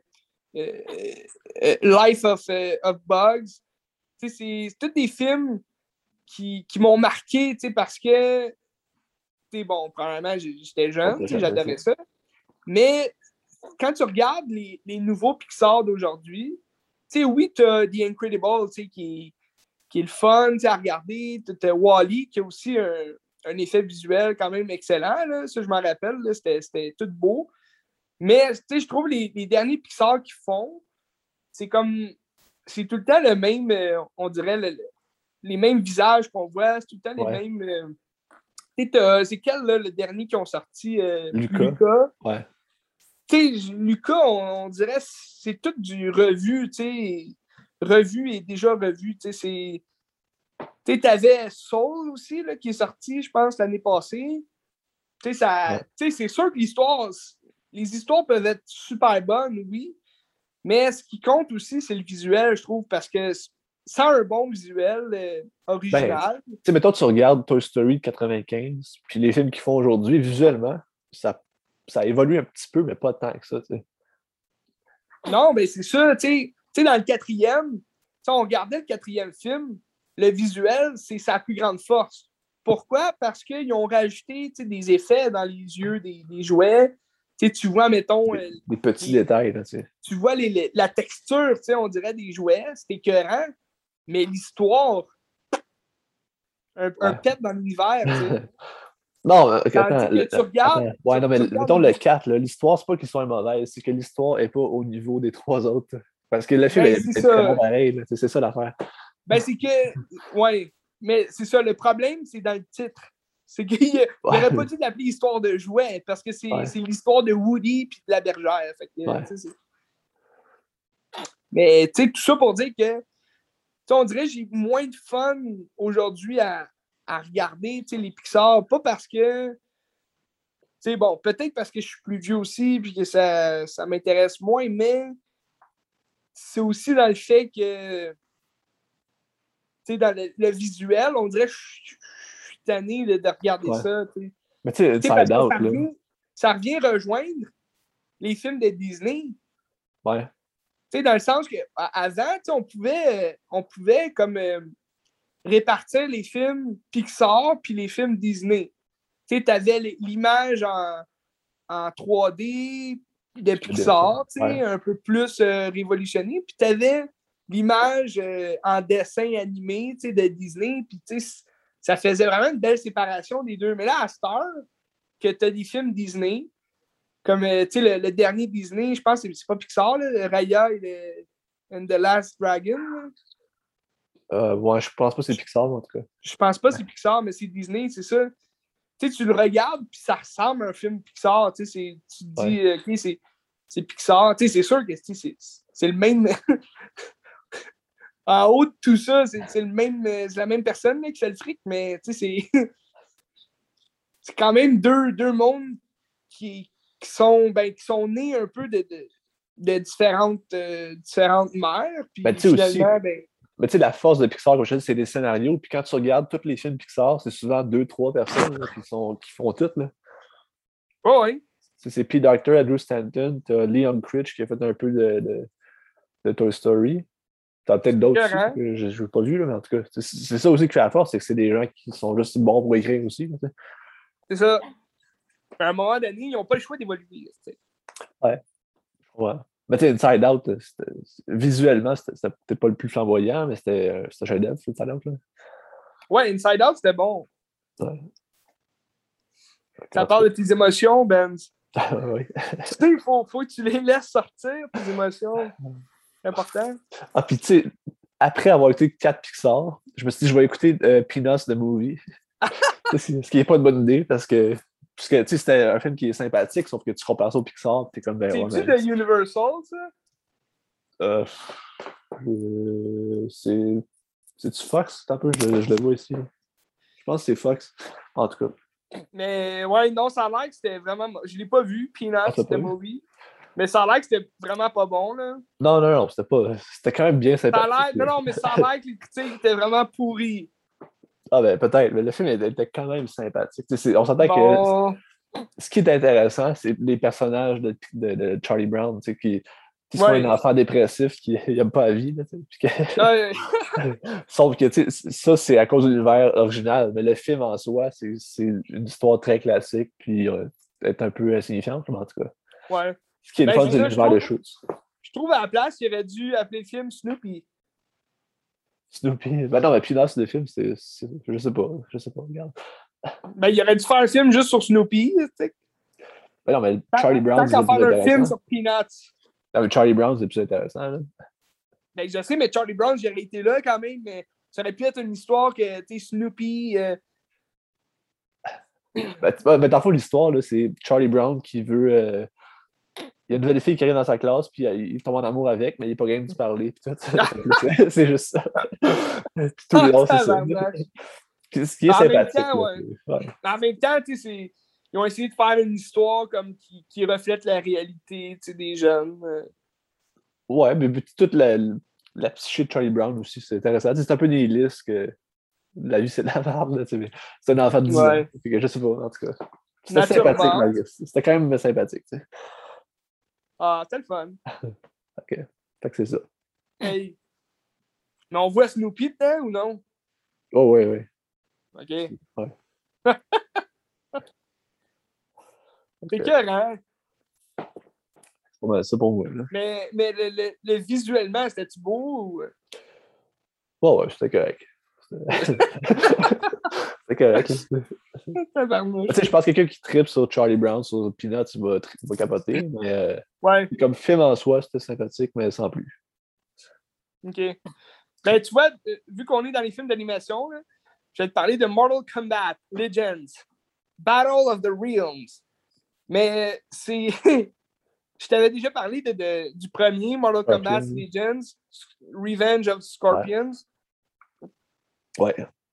Life of Bugs. Tu sais, c'est tous des films qui m'ont marqué, tu sais, parce que, tu sais, bon, premièrement, j'étais jeune, tu sais, j'adorais ça. Mais quand tu regardes les nouveaux Pixar d'aujourd'hui, tu sais, oui, t'as The Incredibles, tu sais, qui est le fun, tu sais, à regarder. T'as Wall-E, qui est aussi un effet visuel quand même excellent. Là. Ça, je m'en rappelle. Là, c'était tout beau. Mais je trouve les derniers Pixar qu'ils font, c'est comme. C'est tout le temps le même, on dirait, les mêmes visages qu'on voit. C'est tout le temps les mêmes. C'est quel, là, le dernier qui ont sorti? Luca. Ouais. Luca, on dirait c'est tout du revu, revu et déjà revu. Tu avais Soul aussi, là, qui est sorti, je pense, l'année passée. C'est sûr que les histoires peuvent être super bonnes, oui, mais ce qui compte aussi, c'est le visuel, je trouve, parce que sans un bon visuel original... mettons, tu regardes Toy Story de 95, puis les films qu'ils font aujourd'hui, visuellement, ça évolue un petit peu, mais pas tant que ça, t'sais. Non, mais c'est ça, tu sais, dans le quatrième, on regardait le quatrième film, le visuel, c'est sa plus grande force. Pourquoi? Parce qu'ils ont rajouté des effets dans les yeux des jouets. Tu vois, mettons... Des petits détails. Là, tu vois la texture, on dirait des jouets, c'est écœurant, mais l'histoire, un pet dans l'univers. Non, attends. Tu regardes... Ouais, non, mais mettons le 4, là, l'histoire, c'est pas qu'il soit mauvaise, c'est que l'histoire n'est pas au niveau des 3 autres. Parce que le film est très bon pareil. Là, c'est ça l'affaire. Ben, c'est que... Ouais, mais c'est ça, le problème, c'est dans le titre. C'est qu'il n'aurait pas dû l'appeler Histoire de jouets, parce que c'est l'histoire de Woody et de la bergère. Fait que, mais tu sais, tout ça pour dire que on dirait que j'ai moins de fun aujourd'hui à regarder les Pixar. Pas parce que... bon, peut-être parce que je suis plus vieux aussi et que ça m'intéresse moins, mais c'est aussi dans le fait que dans le visuel, on dirait que je suis tanné de regarder ça. T'sais. Mais tu sais, Inside Out, ça revient rejoindre les films de Disney. Ouais. Dans le sens qu'avant, on pouvait comme répartir les films Pixar puis les films Disney. Tu avais l'image en 3D de Pixar, un peu plus révolutionné, puis tu avais l'image en dessin animé de Disney, puis ça faisait vraiment une belle séparation des deux. Mais là, à cette heure, que tu as des films Disney, comme le dernier Disney, je pense que c'est pas Pixar, là, Raya and the Last Dragon. Ouais, je pense pas que c'est Pixar, en tout cas. Je pense pas que c'est Pixar, mais c'est Disney, c'est ça. Tu le regardes, puis ça ressemble à un film Pixar. Tu te dis, OK, c'est Pixar. C'est sûr que c'est le même... en haut de tout ça, c'est la même personne là, qui fait le fric, mais c'est quand même deux mondes qui sont nés un peu de différentes mères. Puis finalement, mais tu sais, la force de Pixar, comme je te dis, c'est des scénarios. Puis quand tu regardes tous les films Pixar, c'est souvent 2-3 personnes là, qui font tout. Là. Oh, oui. C'est P. Docter, Andrew Stanton, t'as Leon Critch qui a fait un peu de Toy Story. T'as peut-être d'autres aussi que je n'ai pas vu, là, mais en tout cas, c'est ça aussi qui fait la force, c'est que c'est des gens qui sont juste bons pour écrire aussi. Là, c'est ça. À un moment donné, ils n'ont pas le choix d'évoluer. Ouais. Mais tu sais, Inside Out, visuellement, c'était pas le plus flamboyant, mais c'était un chef-d'œuvre, Inside Out. Là. Ouais, Inside Out, c'était bon. Ouais. Ça parle de tes émotions, Ben. Oui. Tu sais, il faut que tu les laisses sortir, tes émotions. C'est important. Ah, puis tu sais, après avoir écouté 4 Pixar, je me suis dit, je vais écouter Peanuts the Movie. Ce qui n'est pas une bonne idée, parce que c'était un film qui est sympathique, sauf que tu compares ça au Pixar, t'es comme... C'est-tu de Universal, ça? C'est-tu Fox? Un peu, je le vois ici. Je pense que c'est Fox. En tout cas. Mais ouais, non, ça a l'air que c'était vraiment... Je l'ai pas vu, Peanuts, c'était movie. Mais ça a l'air que c'était vraiment pas bon, là. Non, c'était pas... C'était quand même bien sympathique. Non, mais ça a l'air que les critiques étaient vraiment pourries. Ah ben peut-être, mais le film était quand même sympathique. On s'entend que ce qui est intéressant, c'est les personnages de Charlie Brown, qui sont un enfant dépressif qui n'aime pas la vie. Là, sauf que ça, c'est à cause de l'univers original, mais le film en soi, c'est une histoire très classique, puis est un peu insignifiante, en tout cas. Ouais. Ce qui est le fun, c'est l'univers de choses. Je trouve à la place, il aurait dû appeler le film Snoopy. Snoopy. Ben non, mais Peanuts, le film, je sais pas, regarde. Ben, il aurait dû faire un film juste sur Snoopy, tu sais. Ben non, mais Charlie Brown, c'est plus un film sur Peanuts. Non, mais Charlie Brown, c'est plus intéressant, là. Ben, je sais, mais Charlie Brown, j'aurais été là quand même, mais ça aurait pu être une histoire que, tu sais, Snoopy... Ben, dans le fond, l'histoire, là, c'est Charlie Brown qui veut... Il y a une nouvelle fille qui arrive dans sa classe, puis il tombe en amour avec, mais il n'est pas game de parler. Puis tout. C'est juste ça. Tout le long, c'est ça. Ce qui est sympathique. En même temps, tu sais, ils ont essayé de faire une histoire comme qui reflète la réalité des jeunes. Ouais, mais toute la psyché de Charlie Brown aussi, c'est intéressant. C'est un peu nihiliste que la vie, c'est de la merde. C'est un enfant de 10 ans. Je sais pas, en tout cas. C'était sympathique, malgré ça. C'était quand même sympathique. Tu sais. Ah, c'était le fun. OK. Fait que c'est ça. Hey. Mais on voit Snoopy dedans ou non? Oh, oui, oui. OK. Ouais. C'est écœurant. Ouais, c'est pour moi. Là. Mais le visuellement, c'était-tu beau? Ou... ouais, c'était correct. C'était correct. Je pense que quelqu'un qui tripe sur Charlie Brown, sur Peanuts, il va capoter. Mais ouais. Comme film en soi, c'était sympathique, mais sans plus. OK. Ben, tu vois, vu qu'on est dans les films d'animation, là, je vais te parler de Mortal Kombat Legends, Battle of the Realms. Mais c'est... Je t'avais déjà parlé du premier Mortal Kombat Legends, Revenge of Scorpions. Ouais.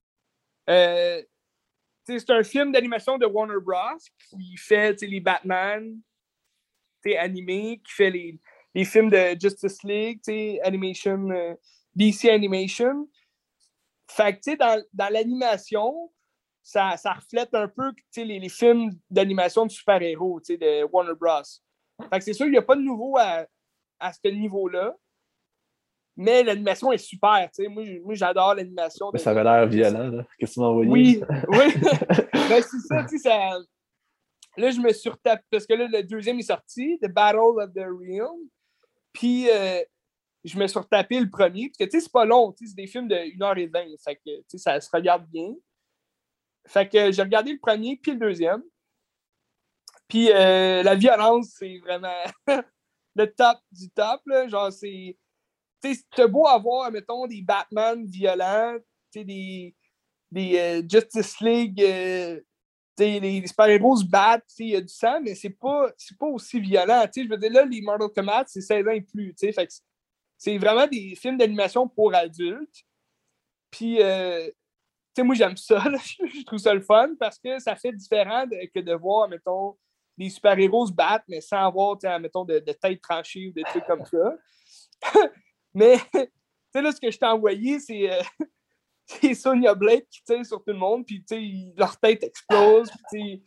C'est un film d'animation de Warner Bros. Qui fait les Batman animés, qui fait les films de Justice League, animation, DC Animation. Fait que dans l'animation, ça reflète un peu les films d'animation de super-héros de Warner Bros. Fait que c'est sûr qu'il n'y a pas de nouveau à ce niveau-là. Mais l'animation est super. Moi, j'adore l'animation. Mais ça avait l'air violent, là. Qu'est-ce que tu m'as envoyé? Oui. Ben, c'est ça, là, je me suis retapé. Parce que là, le deuxième est sorti, The Battle of the Realm. Puis, je me suis retapé le premier. Parce que, c'est pas long. C'est des films de 1h20. Fait que, ça se regarde bien. Fait que j'ai regardé le premier, puis le deuxième. Puis, la violence, c'est vraiment le top du top. Là. Genre, c'est beau avoir, mettons, des Batman violents, des Justice League, les super-héros se battent, il y a du sang, mais c'est pas aussi violent. Je veux dire, là, les Mortal Kombat, c'est 16 ans et plus. Fait que c'est vraiment des films d'animation pour adultes. Puis, moi, j'aime ça. Là. Je trouve ça le fun parce que ça fait différent que de voir, mettons, des super-héros se battre, mais sans avoir, mettons, de tête tranchée ou des trucs comme ça. Mais, là, ce que je t'ai envoyé, c'est Sonya Blake qui tire sur tout le monde, puis, leur tête explose, puis,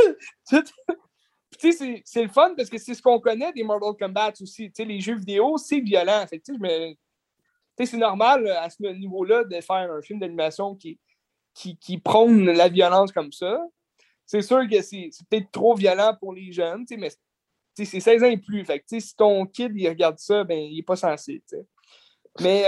c'est le fun parce que c'est ce qu'on connaît des Mortal Kombat aussi. Les jeux vidéo, c'est violent. Fait que, c'est normal à ce niveau-là de faire un film d'animation qui prône la violence comme ça. C'est sûr que c'est peut-être trop violent pour les jeunes, mais c'est 16 ans et plus. Fait que, si ton kid il regarde ça, ben, il n'est pas censé. T'sais. Mais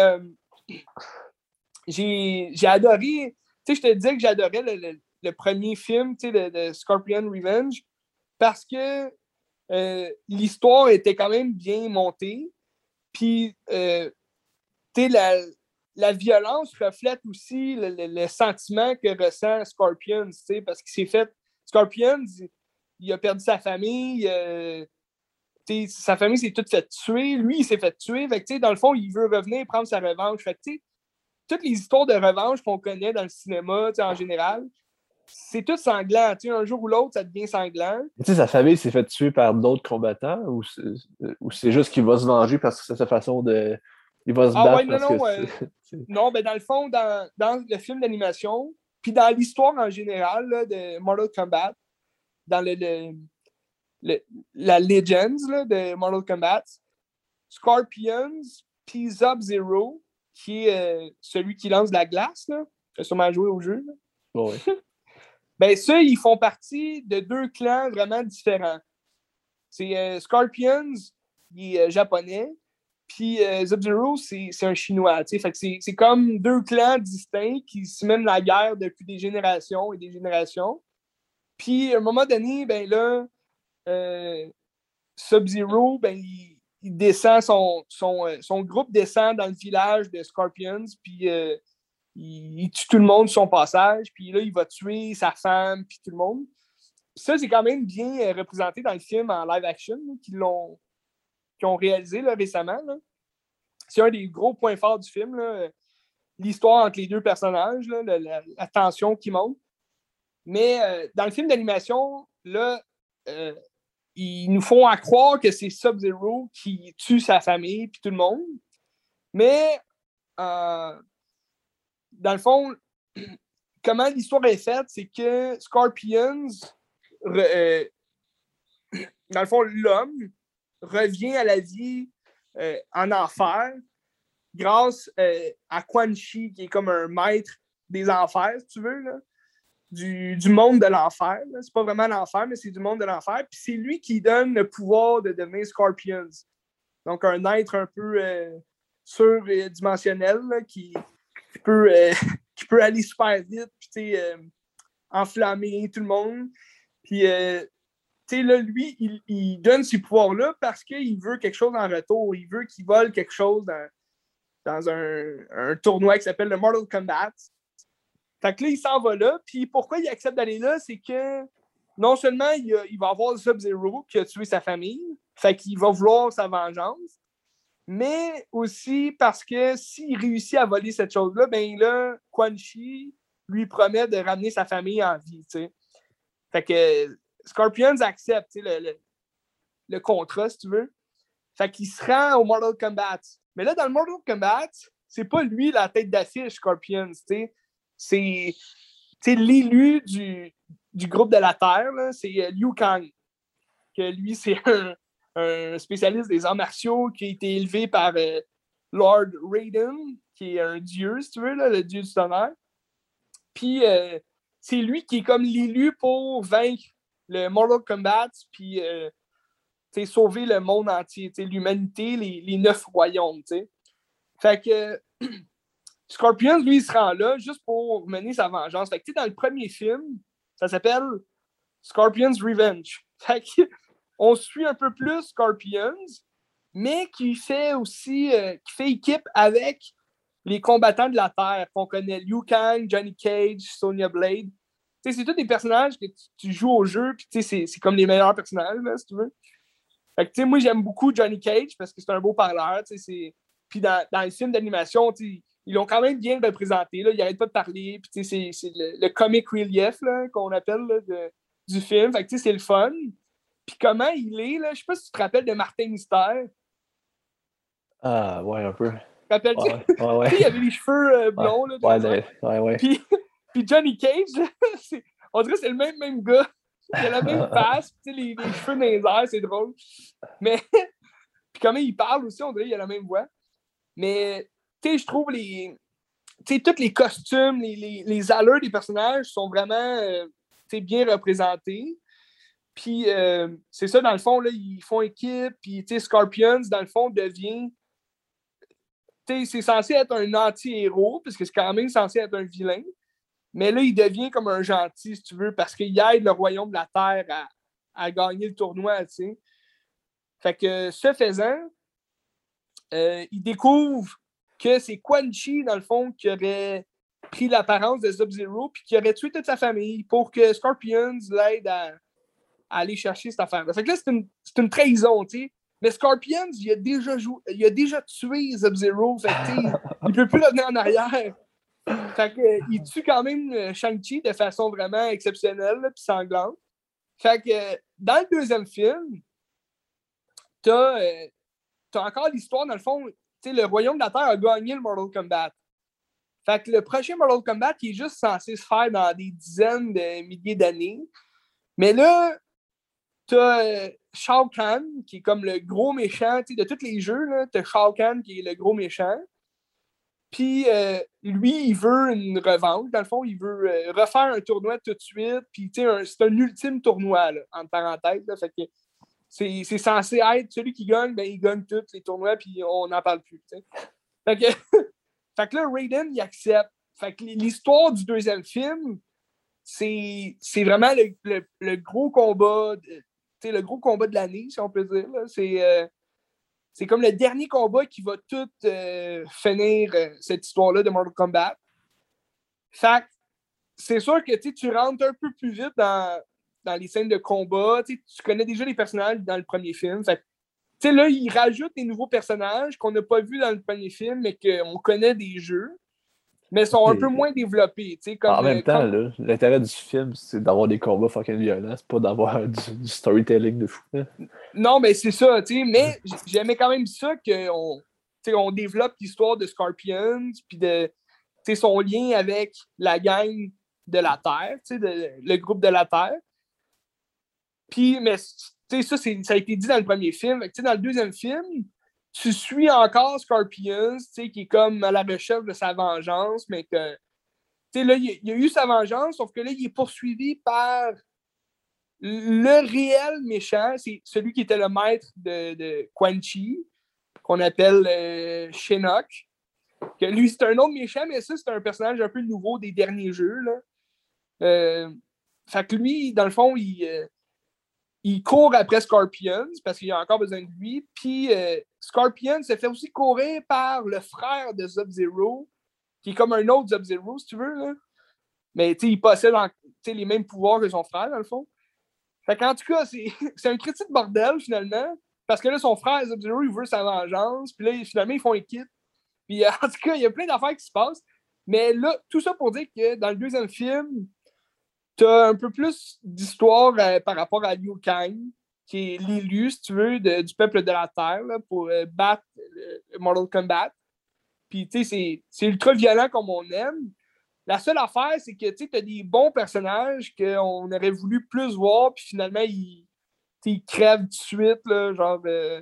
j'ai adoré. Je te disais que j'adorais le premier film de Scorpion Revenge parce que l'histoire était quand même bien montée. Puis, la violence reflète aussi le sentiment que ressent Scorpion, parce qu'il s'est fait. Scorpion, il a perdu sa famille. Sa famille s'est toute fait tuer. Lui, il s'est fait tuer. Fait que, dans le fond, il veut revenir prendre sa revanche. Fait que, toutes les histoires de revanche qu'on connaît dans le cinéma, en général, c'est tout sanglant. Un jour ou l'autre, ça devient sanglant. Sa famille s'est fait tuer par d'autres combattants ou c'est juste qu'il va se venger parce que c'est sa façon de... Il va se battre parce que... Non, ben dans le fond, dans le film d'animation, puis dans l'histoire en général là, de Mortal Kombat, dans la Legends là, de Mortal Kombat, Scorpions puis Sub-Zero, qui est celui qui lance la glace, là, qui a sûrement joué au jeu. Oui. Ben ça, ils font partie de deux clans vraiment différents. C'est Scorpions, il est japonais, puis Sub-Zero, c'est un Chinois. Fait que c'est comme deux clans distincts qui se mènent la guerre depuis des générations et des générations. Puis à un moment donné, ben là, Sub-Zero, ben, il descend, son groupe descend dans le village de Scorpions, puis il tue tout le monde sur son passage, puis là, il va tuer sa femme, puis tout le monde. Ça, c'est quand même bien représenté dans le film en live action qu'ils ont réalisé là, récemment. Là. C'est un des gros points forts du film, là, l'histoire entre les deux personnages, là, la tension qui monte. Mais dans le film d'animation, là, ils nous font à croire que c'est Sub-Zero qui tue sa famille puis tout le monde. Mais dans le fond, comment l'histoire est faite, c'est que Scorpions, dans le fond, l'homme revient à la vie en enfer grâce à Quan Chi, qui est comme un maître des enfers, si tu veux, là. Du monde de l'enfer. Là. C'est pas vraiment l'enfer, mais c'est du monde de l'enfer. Puis c'est lui qui donne le pouvoir de devenir Scorpions. Donc un être un peu surdimensionnel là, qui peut aller super vite, puis enflammer tout le monde. Puis là, lui, il donne ces pouvoirs-là parce qu'il veut quelque chose en retour. Il veut qu'il vole quelque chose dans un tournoi qui s'appelle le Mortal Kombat. Fait que là, il s'en va là. Puis pourquoi il accepte d'aller là, c'est que non seulement il va avoir Sub-Zero qui a tué sa famille, fait qu'il va vouloir sa vengeance, mais aussi parce que s'il réussit à voler cette chose-là, ben là, Quan Chi lui promet de ramener sa famille en vie, tu sais. Fait que Scorpions accepte le contrat, si tu veux. Fait qu'il se rend au Mortal Kombat. Mais là, dans le Mortal Kombat, c'est pas lui la tête d'affiche, Scorpions, tu sais. C'est l'élu du groupe de la Terre, là, c'est Liu Kang. Que lui, c'est un spécialiste des arts martiaux qui a été élevé par Lord Raiden, qui est un dieu, si tu veux, là, le dieu du tonnerre. Puis c'est lui qui est comme l'élu pour vaincre le Mortal Kombat, puis sauver le monde entier, l'humanité, les 9 royaumes. T'sais. Fait que Scorpion, lui, il se rend là juste pour mener sa vengeance. Fait que, dans le premier film, ça s'appelle Scorpion's Revenge. Fait que, on suit un peu plus Scorpions, mais qui fait aussi qui fait équipe avec les combattants de la Terre qu'on connaît, Liu Kang, Johnny Cage, Sonya Blade. T'sais, c'est tous des personnages que tu joues au jeu, puis c'est comme les meilleurs personnages, là, si tu veux. Fait que, moi, j'aime beaucoup Johnny Cage parce que c'est un beau parleur. Puis dans les films d'animation, ils l'ont quand même bien représenté. Là. Il n'arrête pas de parler. Puis c'est le comic relief là, qu'on appelle là, du film. Fait que c'est le fun. Puis comment il est, là, je sais pas si tu te rappelles de Martin Mystère. Ah, ouais, un peu. Tu te rappelles-tu? Ouais. Il avait les cheveux blonds. Là, ouais. Puis Johnny Cage, on dirait que c'est le même gars. Il a la même face, les cheveux dans les airs, c'est drôle. Mais, puis comment il parle aussi, on dirait qu'il a la même voix. Mais, je trouve tous les costumes, les allures des personnages sont vraiment bien représentés. Puis, c'est ça, dans le fond, là, ils font équipe. Puis, Scorpions, dans le fond, devient. C'est censé être un anti-héros, puisque c'est quand même censé être un vilain. Mais là, il devient comme un gentil, si tu veux, parce qu'il aide le royaume de la Terre à gagner le tournoi, tu sais. Fait que, ce faisant, il découvre que c'est Quan Chi, dans le fond, qui aurait pris l'apparence de Sub-Zero puis qui aurait tué toute sa famille pour que Scorpions l'aide à aller chercher cette affaire. Fait que là, c'est une trahison, tu sais. Mais Scorpions, il a déjà tué Sub-Zero, fait que, il peut plus revenir en arrière. Fait que, il tue quand même Shang-Chi de façon vraiment exceptionnelle et sanglante. Fait que dans le deuxième film, t'as encore l'histoire, dans le fond, le royaume de la Terre a gagné le Mortal Kombat. Fait que le prochain Mortal Kombat, il est juste censé se faire dans des dizaines de milliers d'années. Mais là, t'as Shao Kahn, qui est comme le gros méchant, de tous les jeux, là, t'as Shao Kahn qui est le gros méchant. Puis lui, il veut une revanche. Dans le fond, il veut refaire un tournoi tout de suite. Puis c'est un ultime tournoi, là, entre parenthèses. Là, fait que c'est censé être celui qui gagne, ben il gagne tous les tournois, puis on n'en parle plus. T'sais. Fait que, fait que là, Raiden, il accepte. Fait que l'histoire du deuxième film, c'est vraiment le gros combat, le gros combat de l'année, si on peut dire. Là. C'est comme le dernier combat qui va tout finir cette histoire-là de Mortal Kombat. Fait que c'est sûr que tu rentres un peu plus vite dans les scènes de combat. Tu connais déjà les personnages dans le premier film. Fait que, là, ils rajoutent des nouveaux personnages qu'on n'a pas vus dans le premier film, mais qu'on connaît des jeux, mais sont un peu moins développés. Comme, en même temps, là, l'intérêt du film, c'est d'avoir des combats fucking violents, c'est pas d'avoir du storytelling de fou. Hein. Non, mais c'est ça, mais j'aimais quand même ça qu'on développe l'histoire de Scorpions, puis de son lien avec la gang de la Terre, le groupe de la Terre. Puis, mais ça a été dit dans le premier film. Dans le deuxième film, tu suis encore Scorpions, qui est comme à la recherche de sa vengeance, mais que là, il a eu sa vengeance, sauf que là, il est poursuivi par le réel méchant, c'est celui qui était le maître de Quan Chi, qu'on appelle Shinnok. Que lui, c'est un autre méchant, mais ça, c'est un personnage un peu nouveau des derniers jeux. Là. Fait que lui, dans le fond, il court après Scorpions parce qu'il a encore besoin de lui. Puis Scorpion se fait aussi courir par le frère de Sub-Zero, qui est comme un autre Sub-Zero, si tu veux. Là. Mais il possède les mêmes pouvoirs que son frère, dans le fond. Fait qu'en tout cas, c'est un critique de bordel, finalement. Parce que là, son frère, Sub-Zero, il veut sa vengeance. Puis là, finalement, ils font équipe. Puis en tout cas, il y a plein d'affaires qui se passent. Mais là, tout ça pour dire que dans le deuxième film, t'as un peu plus d'histoire par rapport à Liu Kang, qui est l'élu, si tu veux, du peuple de la Terre là, pour battre Mortal Kombat. Puis, tu sais, c'est ultra violent comme on aime. La seule affaire, c'est que tu as des bons personnages qu'on aurait voulu plus voir, puis finalement, ils crèvent tout de suite, là, genre,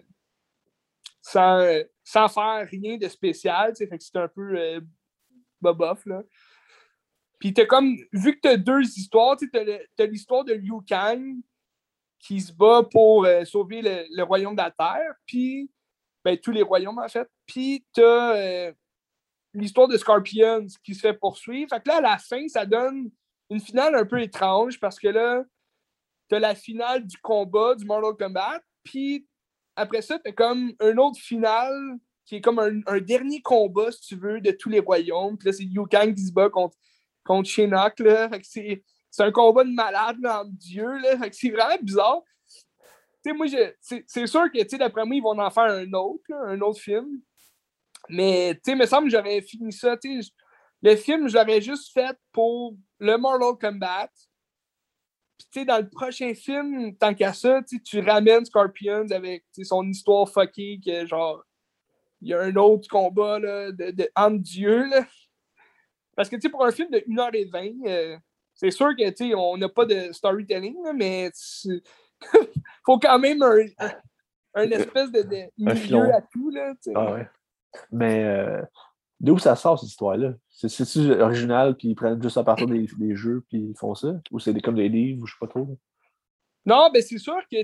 sans faire rien de spécial. Fait que c'est un peu bobof, là. Puis t'as comme, vu que t'as deux histoires, t'as l'histoire de Liu Kang qui se bat pour sauver le royaume de la Terre, puis, ben, tous les royaumes, en fait. Puis t'as l'histoire de Scorpions qui se fait poursuivre. Fait que là, à la fin, ça donne une finale un peu étrange parce que là, t'as la finale du combat du Mortal Kombat, puis après ça, t'as comme un autre finale qui est comme un dernier combat, si tu veux, de tous les royaumes. Puis là, c'est Liu Kang qui se bat contre Shinnok. Là. Fait que c'est un combat de malade là, entre dieux. Là. Fait que c'est vraiment bizarre. T'sais, moi, c'est sûr que d'après moi, ils vont en faire un autre film. Mais, il me semble que j'aurais fini ça. Le film, je l'aurais juste fait pour le Mortal Kombat. Puis, dans le prochain film, tant qu'à ça, tu ramènes Scorpions avec son histoire fuckée, que genre, il y a un autre combat là, entre dieux. Là. Parce que, pour un film de 1h20, c'est sûr que, on n'a pas de storytelling, là, mais faut quand même un espèce de milieu à tout, là, Ah ouais. Mais d'où ça sort, cette histoire-là? C'est-tu original, puis ils prennent juste à partir des jeux, puis ils font ça? Ou c'est comme des livres, ou je sais pas trop? Là? Non, ben c'est sûr que,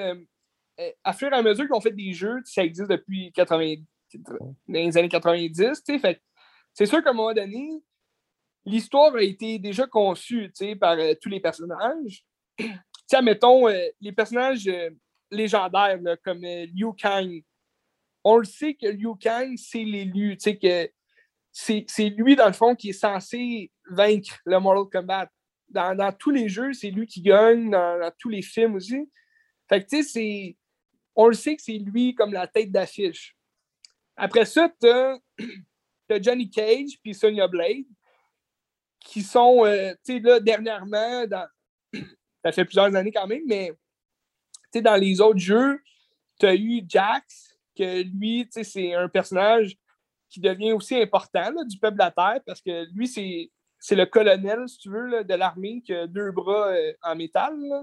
à fur et à mesure qu'on fait des jeux, ça existe depuis dans les années 90, fait c'est sûr qu'à un moment donné, l'histoire a été déjà conçue, par tous les personnages. Mettons, les personnages légendaires, là, comme Liu Kang, on le sait que Liu Kang, c'est l'élu, que c'est lui, dans le fond, qui est censé vaincre le Mortal Kombat. Dans tous les jeux, c'est lui qui gagne, dans tous les films aussi. Fait que, on le sait que c'est lui comme la tête d'affiche. Après ça, t'as Johnny Cage puis Sonya Blade, qui sont, là, dernièrement, ça fait plusieurs années quand même, mais dans les autres jeux, tu as eu Jax, que lui, c'est un personnage qui devient aussi important là, du peuple de la Terre, parce que lui, c'est le colonel, si tu veux, là, de l'armée qui a 2 bras en métal. Là.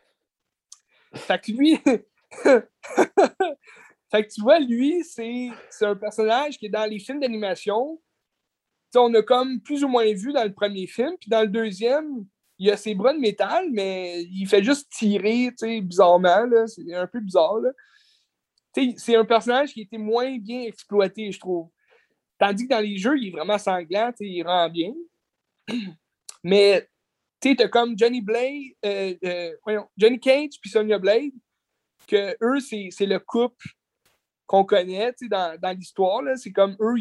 Fait que lui... fait que tu vois, lui, c'est un personnage qui est dans les films d'animation. On a comme plus ou moins vu dans le premier film, puis dans le deuxième, il a ses bras de métal, mais il fait juste tirer, tu sais, bizarrement, là. C'est un peu bizarre, là. Tu sais, c'est un personnage qui a été moins bien exploité, je trouve. Tandis que dans les jeux, il est vraiment sanglant, tu sais, il rend bien. Mais, tu sais, t'as comme Johnny Cage puis Sonya Blade, que eux, c'est le couple qu'on connaît, tu sais, dans l'histoire, là. C'est comme eux,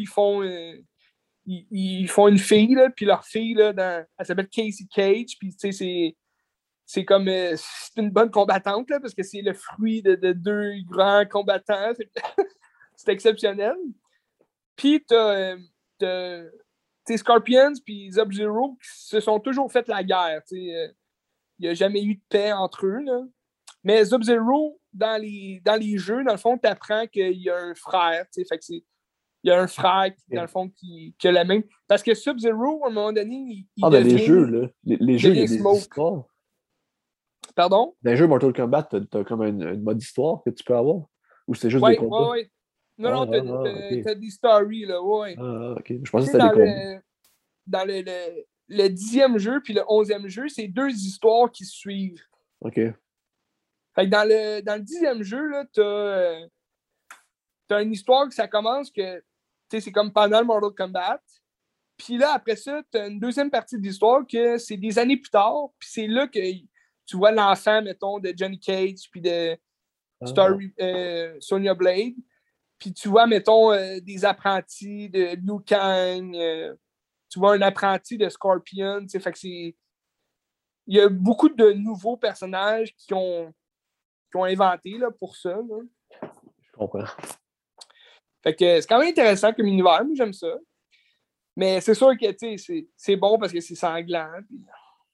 ils font une fille, là, puis leur fille, là, elle s'appelle Casey Cage, puis tu sais, c'est comme c'est une bonne combattante, là, parce que c'est le fruit de deux grands combattants. C'est exceptionnel. Puis t'as Scorpions puis Sub-Zero qui se sont toujours fait la guerre. Il n'y a jamais eu de paix entre eux. Là. Mais Sub-Zero, dans les jeux, dans le fond, tu apprends qu'il y a un frère. Fait que il y a un frère, dans le fond, qui a la même. Parce que Sub-Zero, à un moment donné, il dans devient. les jeux, là. Les jeux, il y a des Smoke. histoires. Pardon? Dans les jeux Mortal Kombat, t'as comme une mode histoire que tu peux avoir? Ou c'est juste des combats? Oui. Non, Ok. t'as des stories, là, ouais. Ok. Je pensais que c'était des combats. Dans le 10e jeu puis le 11e jeu, c'est deux histoires qui se suivent. Ok. Fait que dans le 10e jeu, là, t'as une histoire que ça commence que c'est comme pendant le Mortal Kombat. Puis là, après ça, t'as une deuxième partie de l'histoire que c'est des années plus tard. Puis c'est là que tu vois l'enfant, mettons, de Johnny Cage puis de Sonya Blade. Puis tu vois, mettons, des apprentis de Liu Kang. Tu vois un apprenti de Scorpion. Fait que c'est. Il y a beaucoup de nouveaux personnages qui ont inventé là, pour ça. Là. Je comprends. Fait que c'est quand même intéressant comme univers, moi j'aime ça. Mais c'est sûr que c'est bon parce que c'est sanglant. Puis...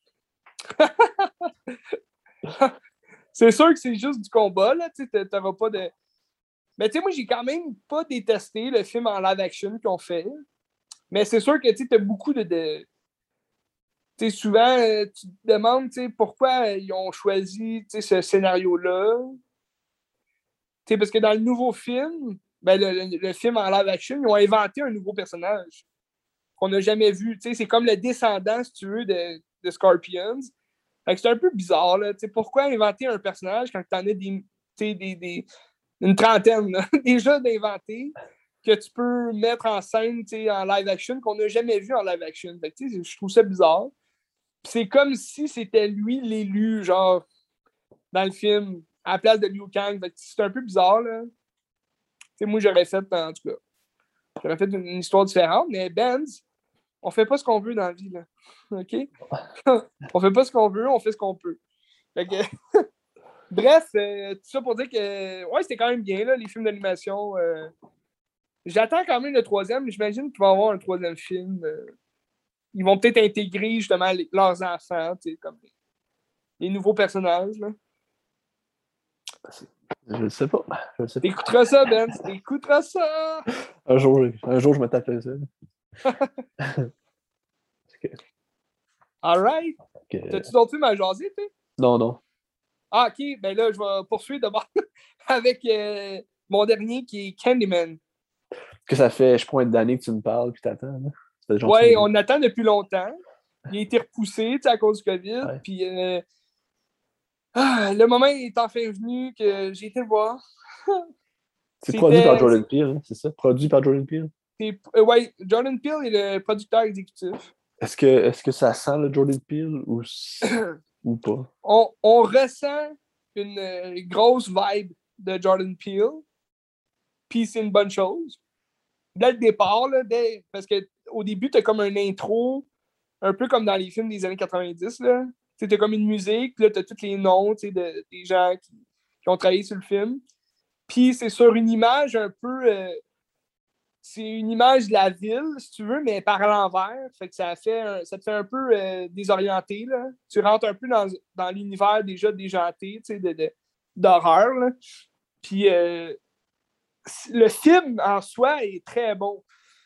c'est sûr que c'est juste du combat, là. Tu n'auras pas de. Mais tu sais, moi j'ai quand même pas détesté le film en live action qu'ils ont fait. Mais c'est sûr que tu as beaucoup de... Tu sais, souvent, tu te demandes pourquoi ils ont choisi ce scénario-là. Tu sais, parce que dans le nouveau film, ben, le film en live action, ils ont inventé un nouveau personnage qu'on n'a jamais vu. Tu sais, c'est comme le descendant, si tu veux, de Scorpions. Fait que c'est un peu bizarre. Là. Tu sais, pourquoi inventer un personnage quand tu en as une trentaine là, déjà d'inventer que tu peux mettre en scène en live action qu'on n'a jamais vu en live action. Fait que, je trouve ça bizarre. C'est comme si c'était lui l'élu, genre, dans le film, à la place de Liu Kang. C'est un peu bizarre, là. T'sais, moi, en tout cas, j'aurais fait une histoire différente, mais Benz, on fait pas ce qu'on veut dans la vie, là. OK? On fait pas ce qu'on veut, on fait ce qu'on peut. Fait que... Bref, tout ça pour dire que, ouais, c'était quand même bien, là, les films d'animation. J'attends quand même le troisième, j'imagine qu'il va y avoir un troisième film. Ils vont peut-être intégrer, justement, leurs enfants, comme les nouveaux personnages, là. Je ne sais pas. T'écouteras ça, Ben. T'écouteras ça. Un jour, je me taperai ça. All right. Okay. T'as-tu d'autres films à jaser, tu sais? Non. Ah, OK. Ben là, je vais poursuivre d'abord avec mon dernier qui est Candyman. Que ça fait, je crois, d'années que tu me parles puis t'attends. Oui, on attend depuis longtemps. Il a été repoussé à cause du COVID. Ouais. Puis le moment est enfin venu que j'ai été le voir. C'est produit par Jordan Peele, hein, c'est ça? Produit par Jordan Peele? Oui, Jordan Peele est le producteur exécutif. Est-ce que ça sent le Jordan Peele ou pas? On ressent une grosse vibe de Jordan Peele. Puis c'est une bonne chose. Dès le départ, là, parce qu'au début, tu as comme un intro, un peu comme dans les films des années 90. Tu as comme une musique, puis là, tu as tous les noms des gens qui ont travaillé sur le film. Puis c'est sur une image un peu. C'est une image de la ville, si tu veux, mais par l'envers. Fait que ça te fait un peu désorienté. Là. Tu rentres un peu dans l'univers déjà déjanté, d'horreur. Là. Puis le film en soi est très bon.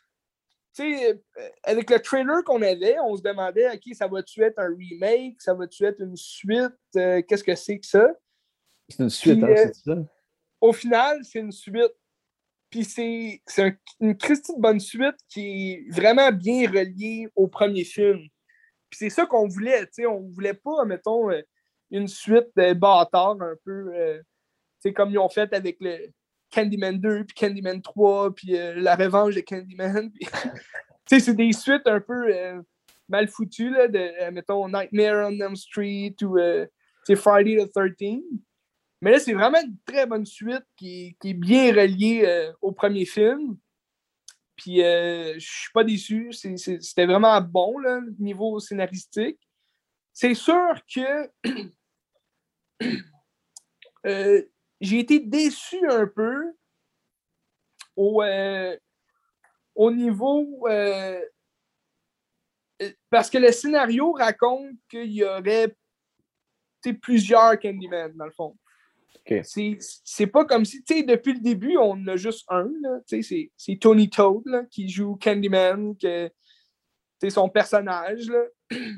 Avec le trailer qu'on avait, on se demandait, OK, ça va-tu être un remake? Ça va-tu être une suite? Qu'est-ce que c'est que ça? C'est une suite, puis, c'est ça? Au final, c'est une suite. Puis c'est une Christie de bonne suite qui est vraiment bien reliée au premier film. Puis c'est ça qu'on voulait, tu sais. On voulait pas, mettons, une suite de bâtards un peu, tu sais, comme ils ont fait avec le Candyman 2, puis Candyman 3, puis la revanche de Candyman. Puis, tu sais, c'est des suites un peu mal foutues, là, de, mettons, Nightmare on Elm Street ou Friday the 13th. Mais là, c'est vraiment une très bonne suite qui est bien reliée au premier film. Puis je suis pas déçu. C'était vraiment bon, là, niveau scénaristique. C'est sûr que j'ai été déçu un peu au niveau parce que le scénario raconte qu'il y aurait plusieurs Candyman, dans le fond. OK. C'est pas comme si, tu sais, depuis le début, on en a juste un. C'est Tony Todd là, qui joue Candyman, que c'est son personnage. Là.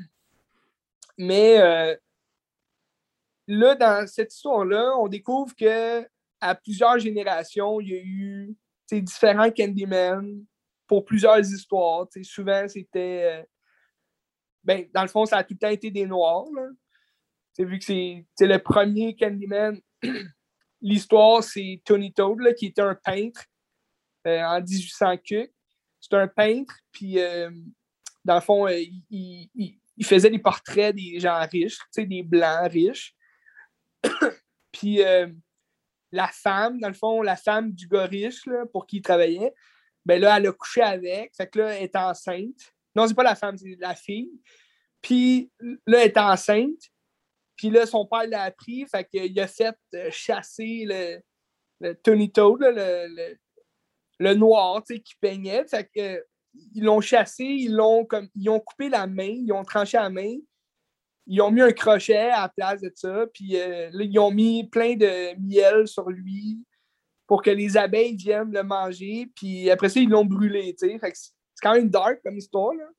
Mais là, dans cette histoire-là, on découvre que à plusieurs générations, il y a eu différents Candyman pour plusieurs histoires. Souvent, c'était. Ben, dans le fond, ça a tout le temps été des Noirs. Là. Vu que c'est le premier Candyman, l'histoire, c'est Tony Todd, là, qui était un peintre en 1800. C'est un peintre, puis dans le fond, il faisait des portraits des gens riches, des Blancs riches. Puis la femme, dans le fond, la femme du gars riche là, pour qui il travaillait, ben là, elle a couché avec. Fait que là, elle est enceinte. Non, c'est pas la femme, c'est la fille. Puis là, elle est enceinte. Puis là, son père l'a appris. Fait qu'il a fait chasser le Tony Todd, là, le noir, qui peignait. Fait que ils l'ont chassé, ils ont coupé la main, ils ont tranché la main. Ils ont mis un crochet à la place de ça, puis là, ils ont mis plein de miel sur lui pour que les abeilles viennent le manger, puis après ça, ils l'ont brûlé, tu sais. Fait que c'est quand même dark comme histoire, là.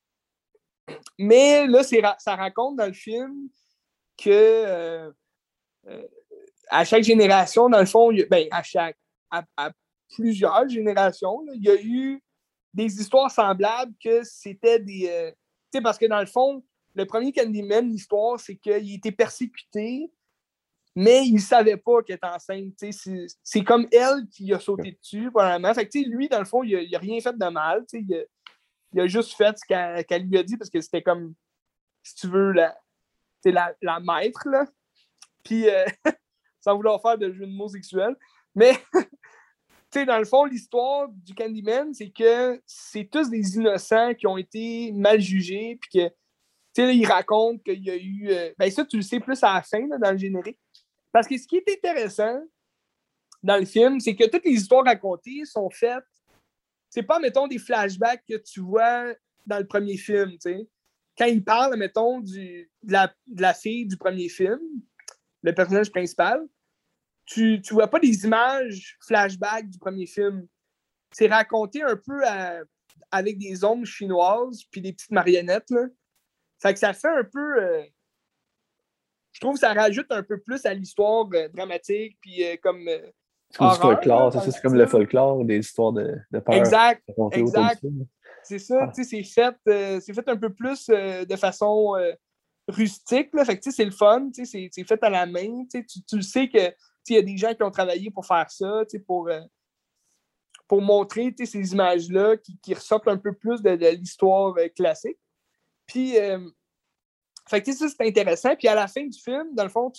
Mais là, ça raconte dans le film que à chaque génération, dans le fond, à plusieurs générations, là, il y a eu des histoires semblables que c'était des... tu sais, parce que dans le fond, le premier Candyman, l'histoire, c'est qu'il était persécuté, mais il ne savait pas qu'elle était enceinte. C'est comme elle qui a sauté dessus, probablement. Fait que, lui, dans le fond, il n'a rien fait de mal. Il a juste fait ce qu'elle lui a dit, parce que c'était comme, si tu veux, la maître, là. Puis, sans vouloir faire de jeu de mots sexuels. Mais, dans le fond, l'histoire du Candyman, c'est que c'est tous des innocents qui ont été mal jugés, puis que tu sais, il raconte qu'il y a eu... ben ça, tu le sais plus à la fin, là, dans le générique. Parce que ce qui est intéressant dans le film, c'est que toutes les histoires racontées sont faites... C'est pas, mettons, des flashbacks que tu vois dans le premier film, tu sais. Quand il parle, mettons, de la fille du premier film, le personnage principal, tu vois pas des images flashbacks du premier film. C'est raconté un peu avec des ombres chinoises puis des petites marionnettes, là. Fait que ça fait un peu... je trouve que ça rajoute un peu plus à l'histoire dramatique, puis comme C'est du folklore, c'est comme le folklore, des histoires de peur. Exact, exact. C'est ça, tu sais, c'est fait un peu plus de façon rustique, là. Fait que, tu sais, c'est le fun, tu sais, c'est fait à la main, tu le sais que, il y a des gens qui ont travaillé pour faire ça, tu sais, pour montrer, tu sais, ces images-là qui ressortent un peu plus de l'histoire classique. Puis, fait que ça, c'est intéressant. Puis à la fin du film, dans le fond,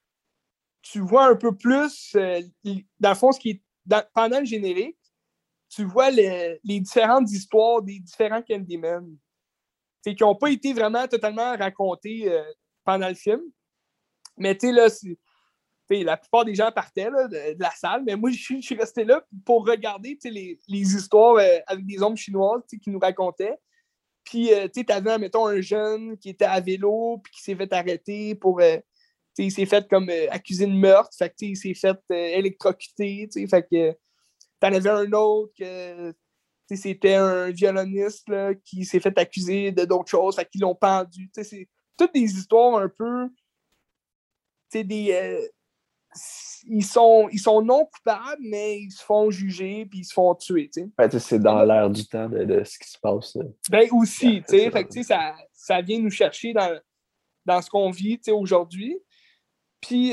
tu vois un peu plus, dans le fond, ce qui est pendant le générique, tu vois les différentes histoires des différents Candyman. Qui n'ont pas été vraiment totalement racontées pendant le film. Mais tu sais, là, la plupart des gens partaient là, de la salle, mais moi, je suis resté là pour regarder les histoires avec des ombres chinoises qui nous racontaient. Puis, tu avais, mettons, un jeune qui était à vélo, puis qui s'est fait arrêter pour. Il s'est fait comme accusé de meurtre, fait que, il s'est fait électrocuter, fait que t'en avais un autre que c'était un violoniste là, qui s'est fait accuser de d'autres choses, fait qu'ils l'ont pendu. C'est toutes des histoires un peu. ils sont non coupables, mais ils se font juger puis ils se font tuer, tu sais. Ouais, c'est dans l'air du temps de ce qui se passe. Ben aussi, tu sais. Ça. Fait que, tu sais, ça vient nous chercher dans ce qu'on vit, tu sais, aujourd'hui. Puis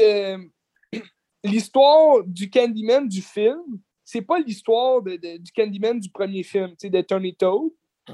l'histoire du Candyman du film, c'est pas l'histoire du Candyman du premier film, tu sais, de Tony Todd.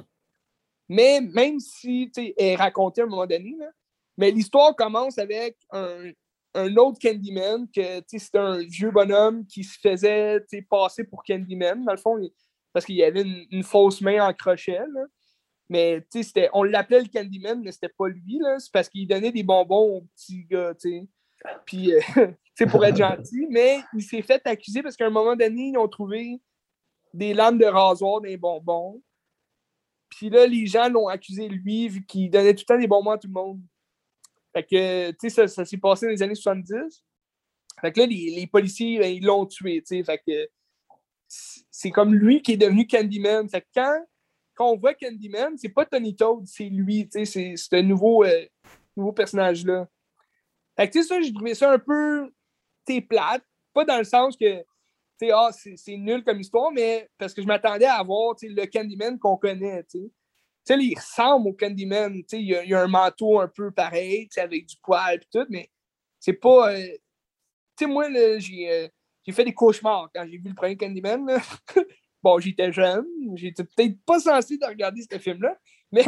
Mais même si, tu sais, elle est racontée à un moment donné, là, mais l'histoire commence avec un autre Candyman, que c'était un vieux bonhomme qui se faisait passer pour Candyman, dans le fond, parce qu'il y avait une fausse main en crochet. Là. Mais on l'appelait le Candyman, mais c'était pas lui. Là. C'est parce qu'il donnait des bonbons au petit gars. Puis, pour être gentil. Mais il s'est fait accuser parce qu'à un moment donné, ils ont trouvé des lames de rasoir dans les bonbons. Puis là, les gens l'ont accusé, lui, vu qu'il donnait tout le temps des bonbons à tout le monde. Fait que, ça s'est passé dans les années 70. Fait que là, les policiers, ben, ils l'ont tué, Fait que c'est comme lui qui est devenu Candyman. Fait que quand on voit Candyman, c'est pas Tony Todd, c'est lui, c'est un nouveau personnage-là. Fait que, ça, j'ai trouvé ça un peu, plate. Pas dans le sens que, c'est nul comme histoire, mais parce que je m'attendais à voir, le Candyman qu'on connaît, il ressemble au Candyman. Il y a un manteau un peu pareil, avec du poil et tout, mais c'est pas. Moi, là, j'ai fait des cauchemars quand j'ai vu le premier Candyman. Là. Bon, j'étais jeune, j'étais peut-être pas censé de regarder ce film-là, mais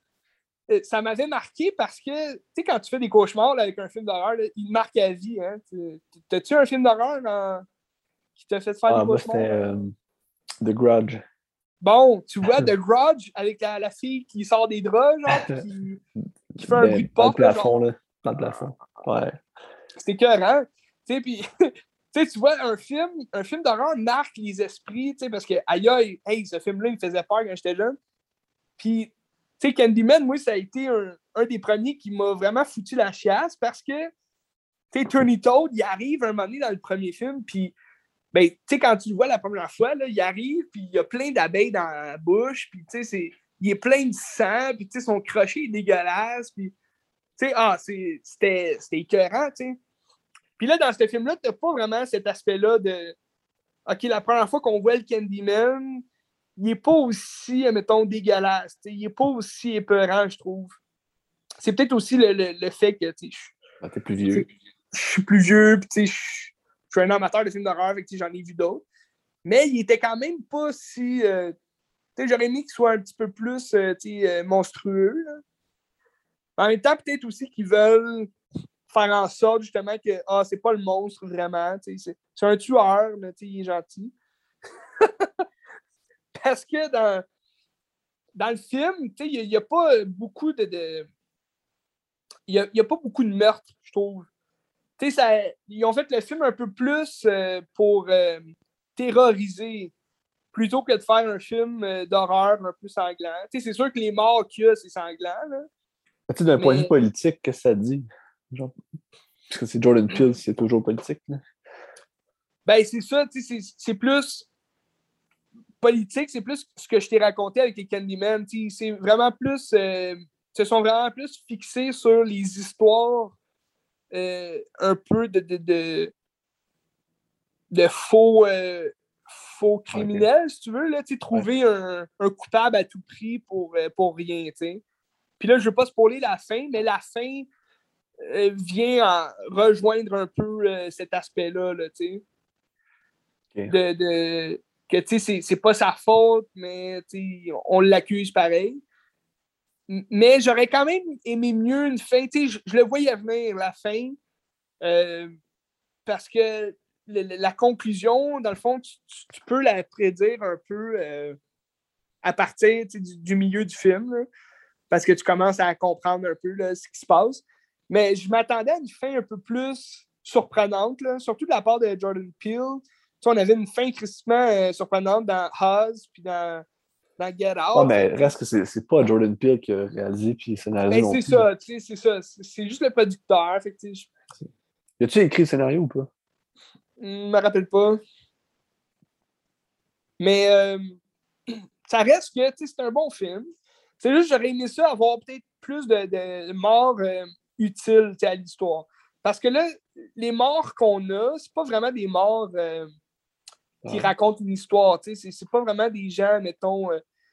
ça m'avait marqué parce que, quand tu fais des cauchemars là, avec un film d'horreur, là, il te marque à vie. Hein? T'as-tu un film d'horreur qui t'a fait faire des Moi, cauchemars? c'était The Grudge. Bon, tu vois The Grudge avec la fille qui sort des draps, genre, qui fait un bruit de Dans le porte. plafond, Genre. là. Dans le plafond. Ouais. C'était écœurant. Puis, tu vois, un film d'horreur marque les esprits, parce que, aïe, aïe, hey, ce film-là, il me faisait peur quand j'étais jeune. Puis, Candyman, moi, ça a été un des premiers qui m'a vraiment foutu la chiasse parce que, Tony Todd, il arrive un moment donné dans le premier film, puis ben, quand tu le vois la première fois, là, il arrive, puis il y a plein d'abeilles dans la bouche, puis il est plein de sang, puis son crochet est dégueulasse, puis c'était écœurant, Puis là, dans ce film-là, t'as pas vraiment cet aspect-là de OK, la première fois qu'on voit le Candyman, il est pas aussi, mettons, dégueulasse, il est pas aussi épeurant, je trouve. C'est peut-être aussi le fait que, T'es plus vieux. Je suis plus vieux, puis je suis un amateur de films d'horreur, fait que j'en ai vu d'autres. Mais il était quand même pas si. J'aurais aimé qu'il soit un petit peu plus monstrueux. Là. En même temps, peut-être aussi qu'ils veulent faire en sorte justement que c'est pas le monstre vraiment. C'est un tueur, mais il est gentil. Parce que dans le film, il n'y a pas beaucoup de. Il n'y a pas beaucoup de meurtres, je trouve. Ils ont fait le film un peu plus pour terroriser plutôt que de faire un film d'horreur un peu sanglant. C'est sûr que les morts qu'il y a, c'est sanglant. Là. D'un point de vue politique, qu'est-ce que ça dit? Genre... Parce que c'est Jordan Peele, c'est toujours politique. Là. Ben, c'est ça, c'est plus politique, c'est plus ce que je t'ai raconté avec les Candyman. C'est vraiment plus. Se sont vraiment plus fixés sur les histoires un peu de faux criminels, si tu veux, là, trouver un coupable à tout prix pour rien. T'sais. Puis là, je ne veux pas spoiler la fin, mais la fin vient rejoindre un peu cet aspect-là. Là, okay. Que c'est pas sa faute, mais on l'accuse pareil. Mais j'aurais quand même aimé mieux une fin. Je le voyais venir, la fin. Parce que la conclusion, dans le fond, tu peux la prédire un peu à partir du milieu du film, là, parce que tu commences à comprendre un peu là, ce qui se passe. Mais je m'attendais à une fin un peu plus surprenante, là, surtout de la part de Jordan Peele. On avait une fin tristement surprenante dans Oz puis dans Get Out. Ouais, mais reste que c'est pas Jordan Peele qui a réalisé puis scénarisé. Ben, c'est ça. C'est juste le producteur. Fait que, as-tu écrit le scénario ou pas? Je me rappelle pas. Mais ça reste que c'est un bon film. C'est juste que j'aurais aimé ça avoir peut-être plus de morts utiles à l'histoire. Parce que là, les morts qu'on a, c'est pas vraiment des morts qui racontent une histoire. C'est pas vraiment des gens, mettons,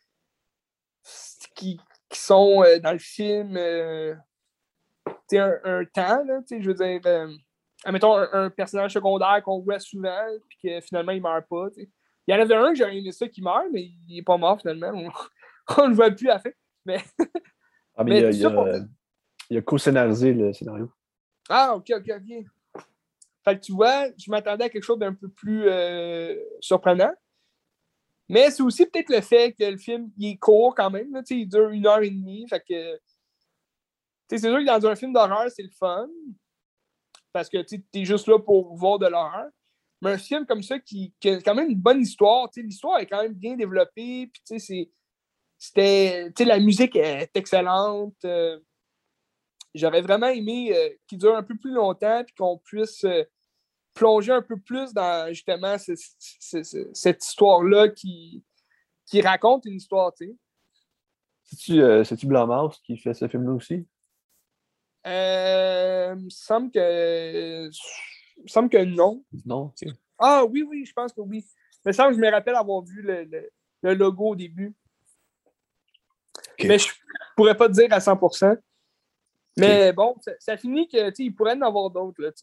qui sont dans le film un temps. Là, je veux dire, admettons un personnage secondaire qu'on voit souvent, puis que finalement il meurt pas. T'sais. Il y en avait un que j'aurais aimé ça qui meurt, mais il est pas mort finalement. On ne le voit plus à la fin. Mais, mais tout ça pour... il a co-scénarisé le scénario. Ah, ok. Fait que tu vois, je m'attendais à quelque chose d'un peu plus surprenant. Mais c'est aussi peut-être le fait que le film il est court quand même. Là, il dure 1h30. Fait que c'est sûr que dans un film d'horreur, c'est le fun. Parce que tu es juste là pour voir de l'horreur. Mais un film comme ça qui a quand même une bonne histoire. L'histoire est quand même bien développée. Puis la musique est excellente. J'aurais vraiment aimé qu'il dure un peu plus longtemps et qu'on puisse plonger un peu plus dans justement cette histoire-là qui raconte une histoire. C'est-tu Blumhouse qui fait ce film-là aussi? Il me semble que non. Non, ok. Ah oui, je pense que oui. Il me semble que je me rappelle avoir vu le logo au début. Okay. Mais je pourrais pas te dire à 100%. Mais bon, ça finit qu'il pourrait en avoir d'autres. Là,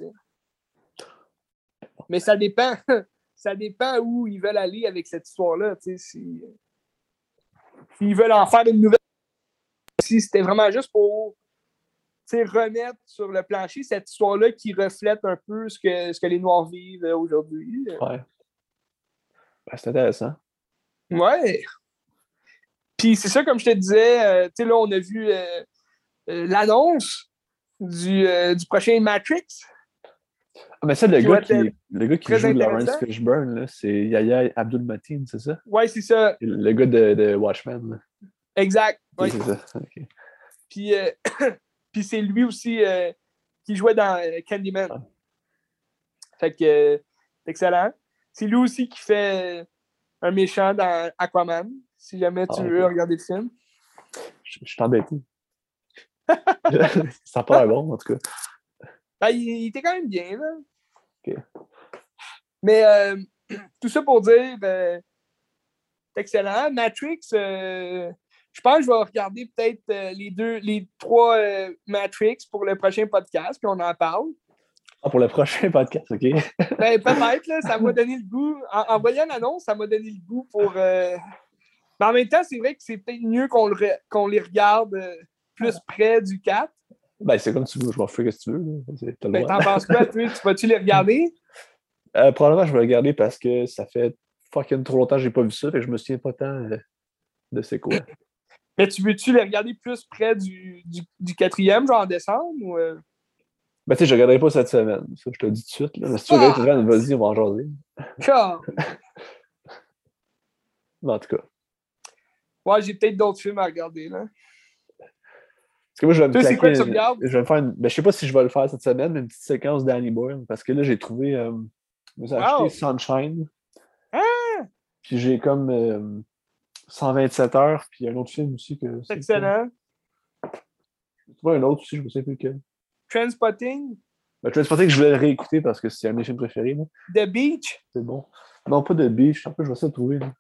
mais ça dépend. Ça dépend où ils veulent aller avec cette histoire-là. S'ils veulent en faire une nouvelle. Si c'était vraiment juste pour remettre sur le plancher cette histoire-là qui reflète un peu ce que les Noirs vivent aujourd'hui. Ouais. Ben, c'est intéressant. Ouais. Puis c'est ça, comme je te disais, là, on a vu l'annonce du prochain Matrix. Ah, mais ça, le gars qui joue Lawrence Fishburne, là, c'est Yahya Abdul-Mateen, c'est ça? Ouais, c'est ça. Le gars de Watchmen. Là. Exact. Ouais. C'est ça. Okay. Puis c'est lui aussi qui jouait dans Candyman. Ah. Fait que c'est excellent. C'est lui aussi qui fait un méchant dans Aquaman, si jamais tu veux regarder le film. Je suis embêté. Ça n'a pas l'air bon, en tout cas. Ben, il était quand même bien, là. Okay. Mais tout ça pour dire, c'est excellent. Matrix, je pense que je vais regarder peut-être les trois Matrix pour le prochain podcast, puis on en parle. Ah, pour le prochain podcast, OK. Ben, peut-être, là, ça m'a donné le goût. En voyant l'annonce, ça m'a donné le goût pour... Mais en même temps, c'est vrai que c'est peut-être mieux qu'on les regarde plus près du 4. Ben, c'est comme tu veux, je m'en fais ce que tu veux. Ben, t'en penses quoi, tu vas-tu les regarder? Probablement, je vais le regarder parce que ça fait fucking trop longtemps que j'ai pas vu ça, fait que je me souviens pas tant de c'est quoi. Mais veux-tu les regarder plus près du 4e, genre en décembre? Ou Ben, tu sais, je regarderai pas cette semaine. Ça, je te le dis tout de suite. Là. Mais si tu regardes, vas-y, on va en jaser. Mais en tout cas. Ouais, j'ai peut-être d'autres films à regarder, là. Parce que moi, je vais me claquer. C'est quoi que tu regardes? Je vais me faire je sais pas si je vais le faire cette semaine, mais une petite séquence d'Annie Boyle. Parce que là, j'ai trouvé. Je me suis acheté Sunshine. Ah! Puis j'ai comme 127 heures. Puis il y a un autre film aussi que. C'est excellent. J'ai trouvé un autre aussi, je me sais plus lequel. Trainspotting? Trainspotting, je voulais le réécouter parce que c'est un de mes films préférés. Là. The Beach? C'est bon. Non, pas The Beach. En plus, je vais essayer de trouver. Là.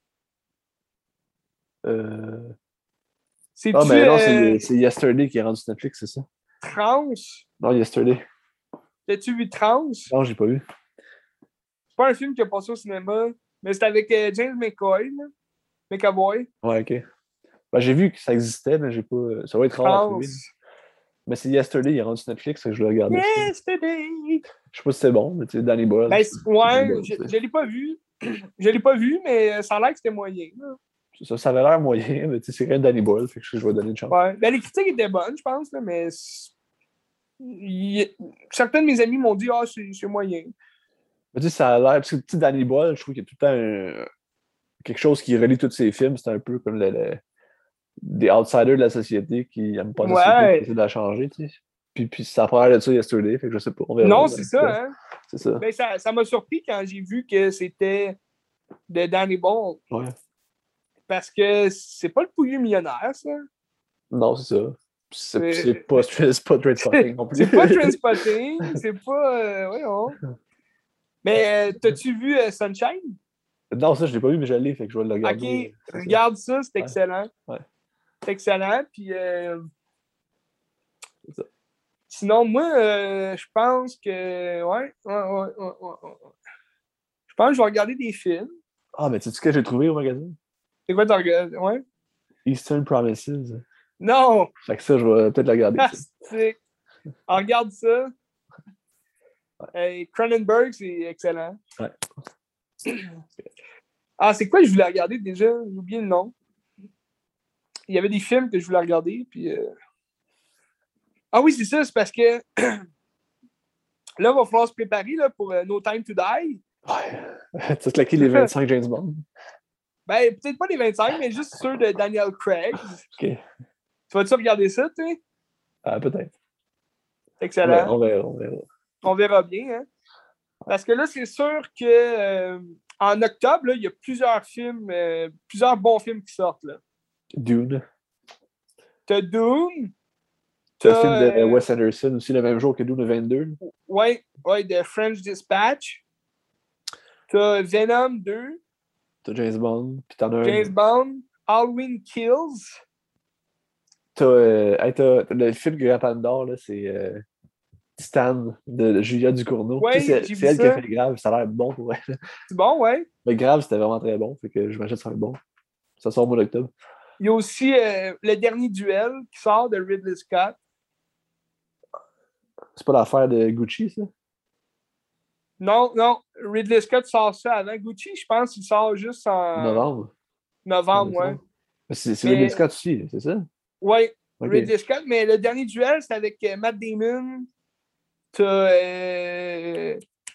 Mais non, c'est Yesterday qui est rendu sur Netflix, c'est ça? Trans? Non, Yesterday. T'as-tu vu Trans? Non, j'ai pas vu. C'est pas un film qui a passé au cinéma, mais c'est avec James McAvoy. Là. McAvoy. Ouais, ok. Ben, j'ai vu que ça existait, mais j'ai pas. Ça va être rare à trouver. Mais c'est Yesterday, il est rendu sur Netflix, que je le regarde. Yesterday! Je sais pas si c'est bon, mais tu sais, Danny Boyle. Ben, ouais, je l'ai pas vu. Je l'ai pas vu, mais ça a l'air que c'était moyen. Là. Ça avait l'air moyen, mais c'est quand même Danny Boyle, fait que je vais donner une chance. Ouais. Ben, les critiques étaient bonnes, je pense, là, mais certains de mes amis m'ont dit « Ah, c'est moyen ». Mais tu sais, ça a l'air... Parce que Danny Boyle, je trouve qu'il y a tout le temps quelque chose qui relie tous ses films. C'est un peu comme des outsiders de la société qui n'aiment pas la société, qui essaient de la changer, tu sais. Puis ça parle de ça Yesterday, fait que je sais pas. On verra, non, c'est ça, hein? C'est ça. Ben, ça m'a surpris quand j'ai vu que c'était de Danny Boyle. Ouais. Parce que c'est pas le pouilleux millionnaire, ça. Non, c'est ça. C'est pas Trainspotting non plus. C'est pas Trainspotting, c'est pas... voyons. Mais t'as-tu vu Sunshine? Non, ça, je l'ai pas vu, mais je l'ai, fait que je vais le regarder. Ok, regarde ça, c'est excellent. Ouais. C'est excellent, puis... C'est ça. Sinon, moi, je pense que... Ouais. Je pense que je vais regarder des films. Ah, mais sais-tu ce que j'ai trouvé au magazine? C'est quoi, t'as regardé? Ouais? Eastern Promises. Non! Fait que ça, je vais peut-être le regarder. Fantastique! On regarde ça. Cronenberg, c'est excellent. Ouais. Ah, c'est quoi que je voulais regarder déjà? J'ai oublié le nom. Il y avait des films que je voulais regarder, puis... Ah oui, c'est ça, c'est parce que là, il va falloir se préparer là, pour No Time to Die. Ouais. Tu as claqué les 25 James Bond. Ben, peut-être pas les 25, mais juste ceux de Daniel Craig. OK. Tu vas-tu regarder ça, tu sais? Ah, peut-être. C'est excellent. On verra. On verra bien, hein? Parce que là, c'est sûr que en octobre, là, il y a plusieurs films, plusieurs bons films qui sortent. Là. Dune. T'as Dune. C'est un film de Wes Anderson aussi le même jour que Dune 22. Ouais, de French Dispatch. T'as Venom 2. T'as James Bond. Puis t'en as James Bond. Halloween Kills. T'as le film que Pandore, là, c'est Stan de Julia Ducournau. Ouais, c'est elle qui a fait Grave, ça a l'air bon pour elle. C'est bon, ouais. Mais Grave, c'était vraiment très bon, fait que j'imagine que ça va être bon. Ça sort au mois d'octobre. Il y a aussi Le Dernier Duel qui sort de Ridley Scott. C'est pas l'affaire de Gucci, ça? Non, Ridley Scott sort ça avant. Gucci, je pense qu'il sort juste en... Novembre, ouais. C'est Ridley Scott aussi, c'est ça? Oui, okay. Ridley Scott, mais Le Dernier Duel, c'est avec Matt Damon. T'as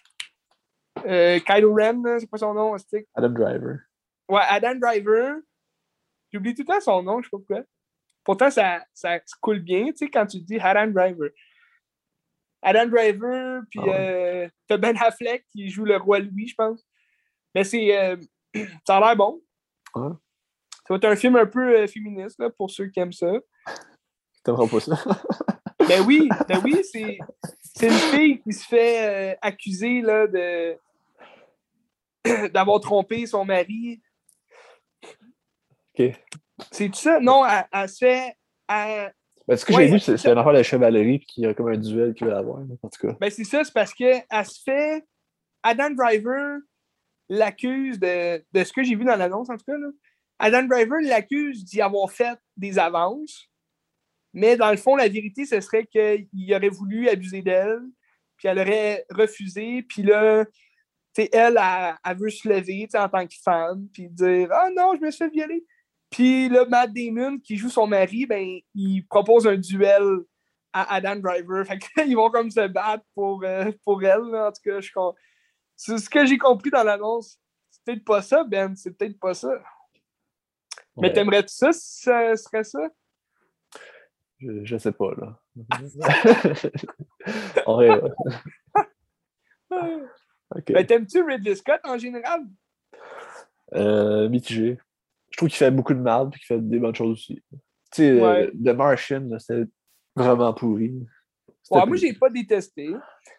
Kylo Ren, c'est pas son nom, c'est Adam Driver. Ouais, Adam Driver. J'oublie tout le temps son nom, je sais pas pourquoi. Pourtant, ça se coule bien, tu sais, quand tu dis Adam Driver. Adam Driver, puis t'as Ben Affleck qui joue le roi Louis, je pense. Mais c'est... ça a l'air bon. Ouais. Ça va être un film un peu féministe, là, pour ceux qui aiment ça. T'aimeras pas ça? Ben oui, c'est une fille qui se fait accuser là, d'avoir trompé son mari. OK. C'est tout ça? Non, elle se fait... Ben, ce que j'ai vu, c'est une affaire de chevalerie puis qu'il y a comme un duel qu'il veut avoir, en tout cas. Ben c'est ça, c'est parce qu'elle se fait... Adam Driver l'accuse de ce que j'ai vu dans l'annonce, en tout cas. Là. Adam Driver l'accuse d'y avoir fait des avances, mais dans le fond, la vérité, ce serait qu'il aurait voulu abuser d'elle, puis elle aurait refusé, puis là, elle veut se lever en tant que femme, puis dire « Ah non, je me suis fait violer! » Puis là, Matt Damon, qui joue son mari, ben, il propose un duel à Adam Driver. Fait qu'ils vont comme se battre pour elle. Là. En tout cas, c'est ce que j'ai compris dans l'annonce. C'est peut-être pas ça, Ben. C'est peut-être pas ça. Ouais. Mais t'aimerais-tu ça si ce serait ça? Je sais pas, là. On verra. Okay. Ben, t'aimes-tu Ridley Scott en général? Mitigé. Je trouve qu'il fait beaucoup de mal et qu'il fait des bonnes choses aussi. Tu sais, The Martian, c'était vraiment pourri. Moi, j'ai pas détesté.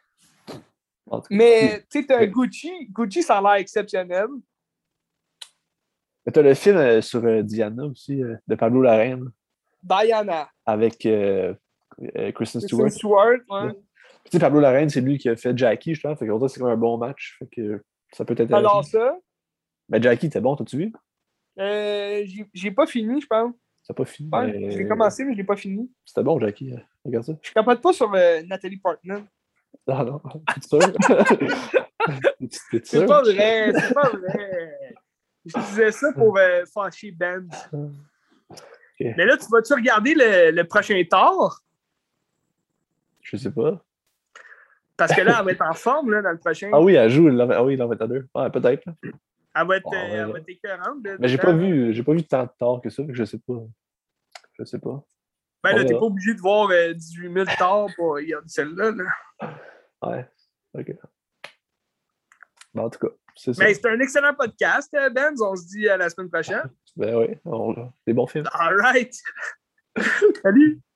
Mais, tu sais, t'as Gucci. Gucci, ça a l'air exceptionnel. Mais t'as le film sur Diana aussi, de Pablo Larraín. Diana. Avec Kristen Stewart. Kristen Stewart, ouais. Tu sais, Pablo Larraín, c'est lui qui a fait Jackie, je pense. Fait que c'est comme un bon match. Fait que ça peut être alors ça. Mais Jackie, t'es bon, t'as-tu vu? J'ai pas fini, je pense. Ça pas fini. Ouais, j'ai commencé, mais je l'ai pas fini. C'était bon, Jackie. Regarde ça. Je capote pas sur Nathalie Portman. Non. T'es sûr? C'est pas vrai. Je disais ça pour fâcher Ben. Okay. Mais là, tu vas-tu regarder le prochain Thor? Je sais pas. Parce que là, elle va être en forme là, dans le prochain. Ah oui, elle joue. Ah oui, il en va être à 2. Ouais, peut-être. Là. Elle va être écœurante. Mais j'ai pas vu tant de Thor que ça, que je sais pas. Je sais pas. Ben là, t'es pas obligé de voir 18 000 Thor pour regarder celle-là. Là. Ouais, ok. Ben, en tout cas, c'est ça. Mais c'est un excellent podcast, Benz. On se dit à la semaine prochaine. Ben oui, des bons films. All right. Salut.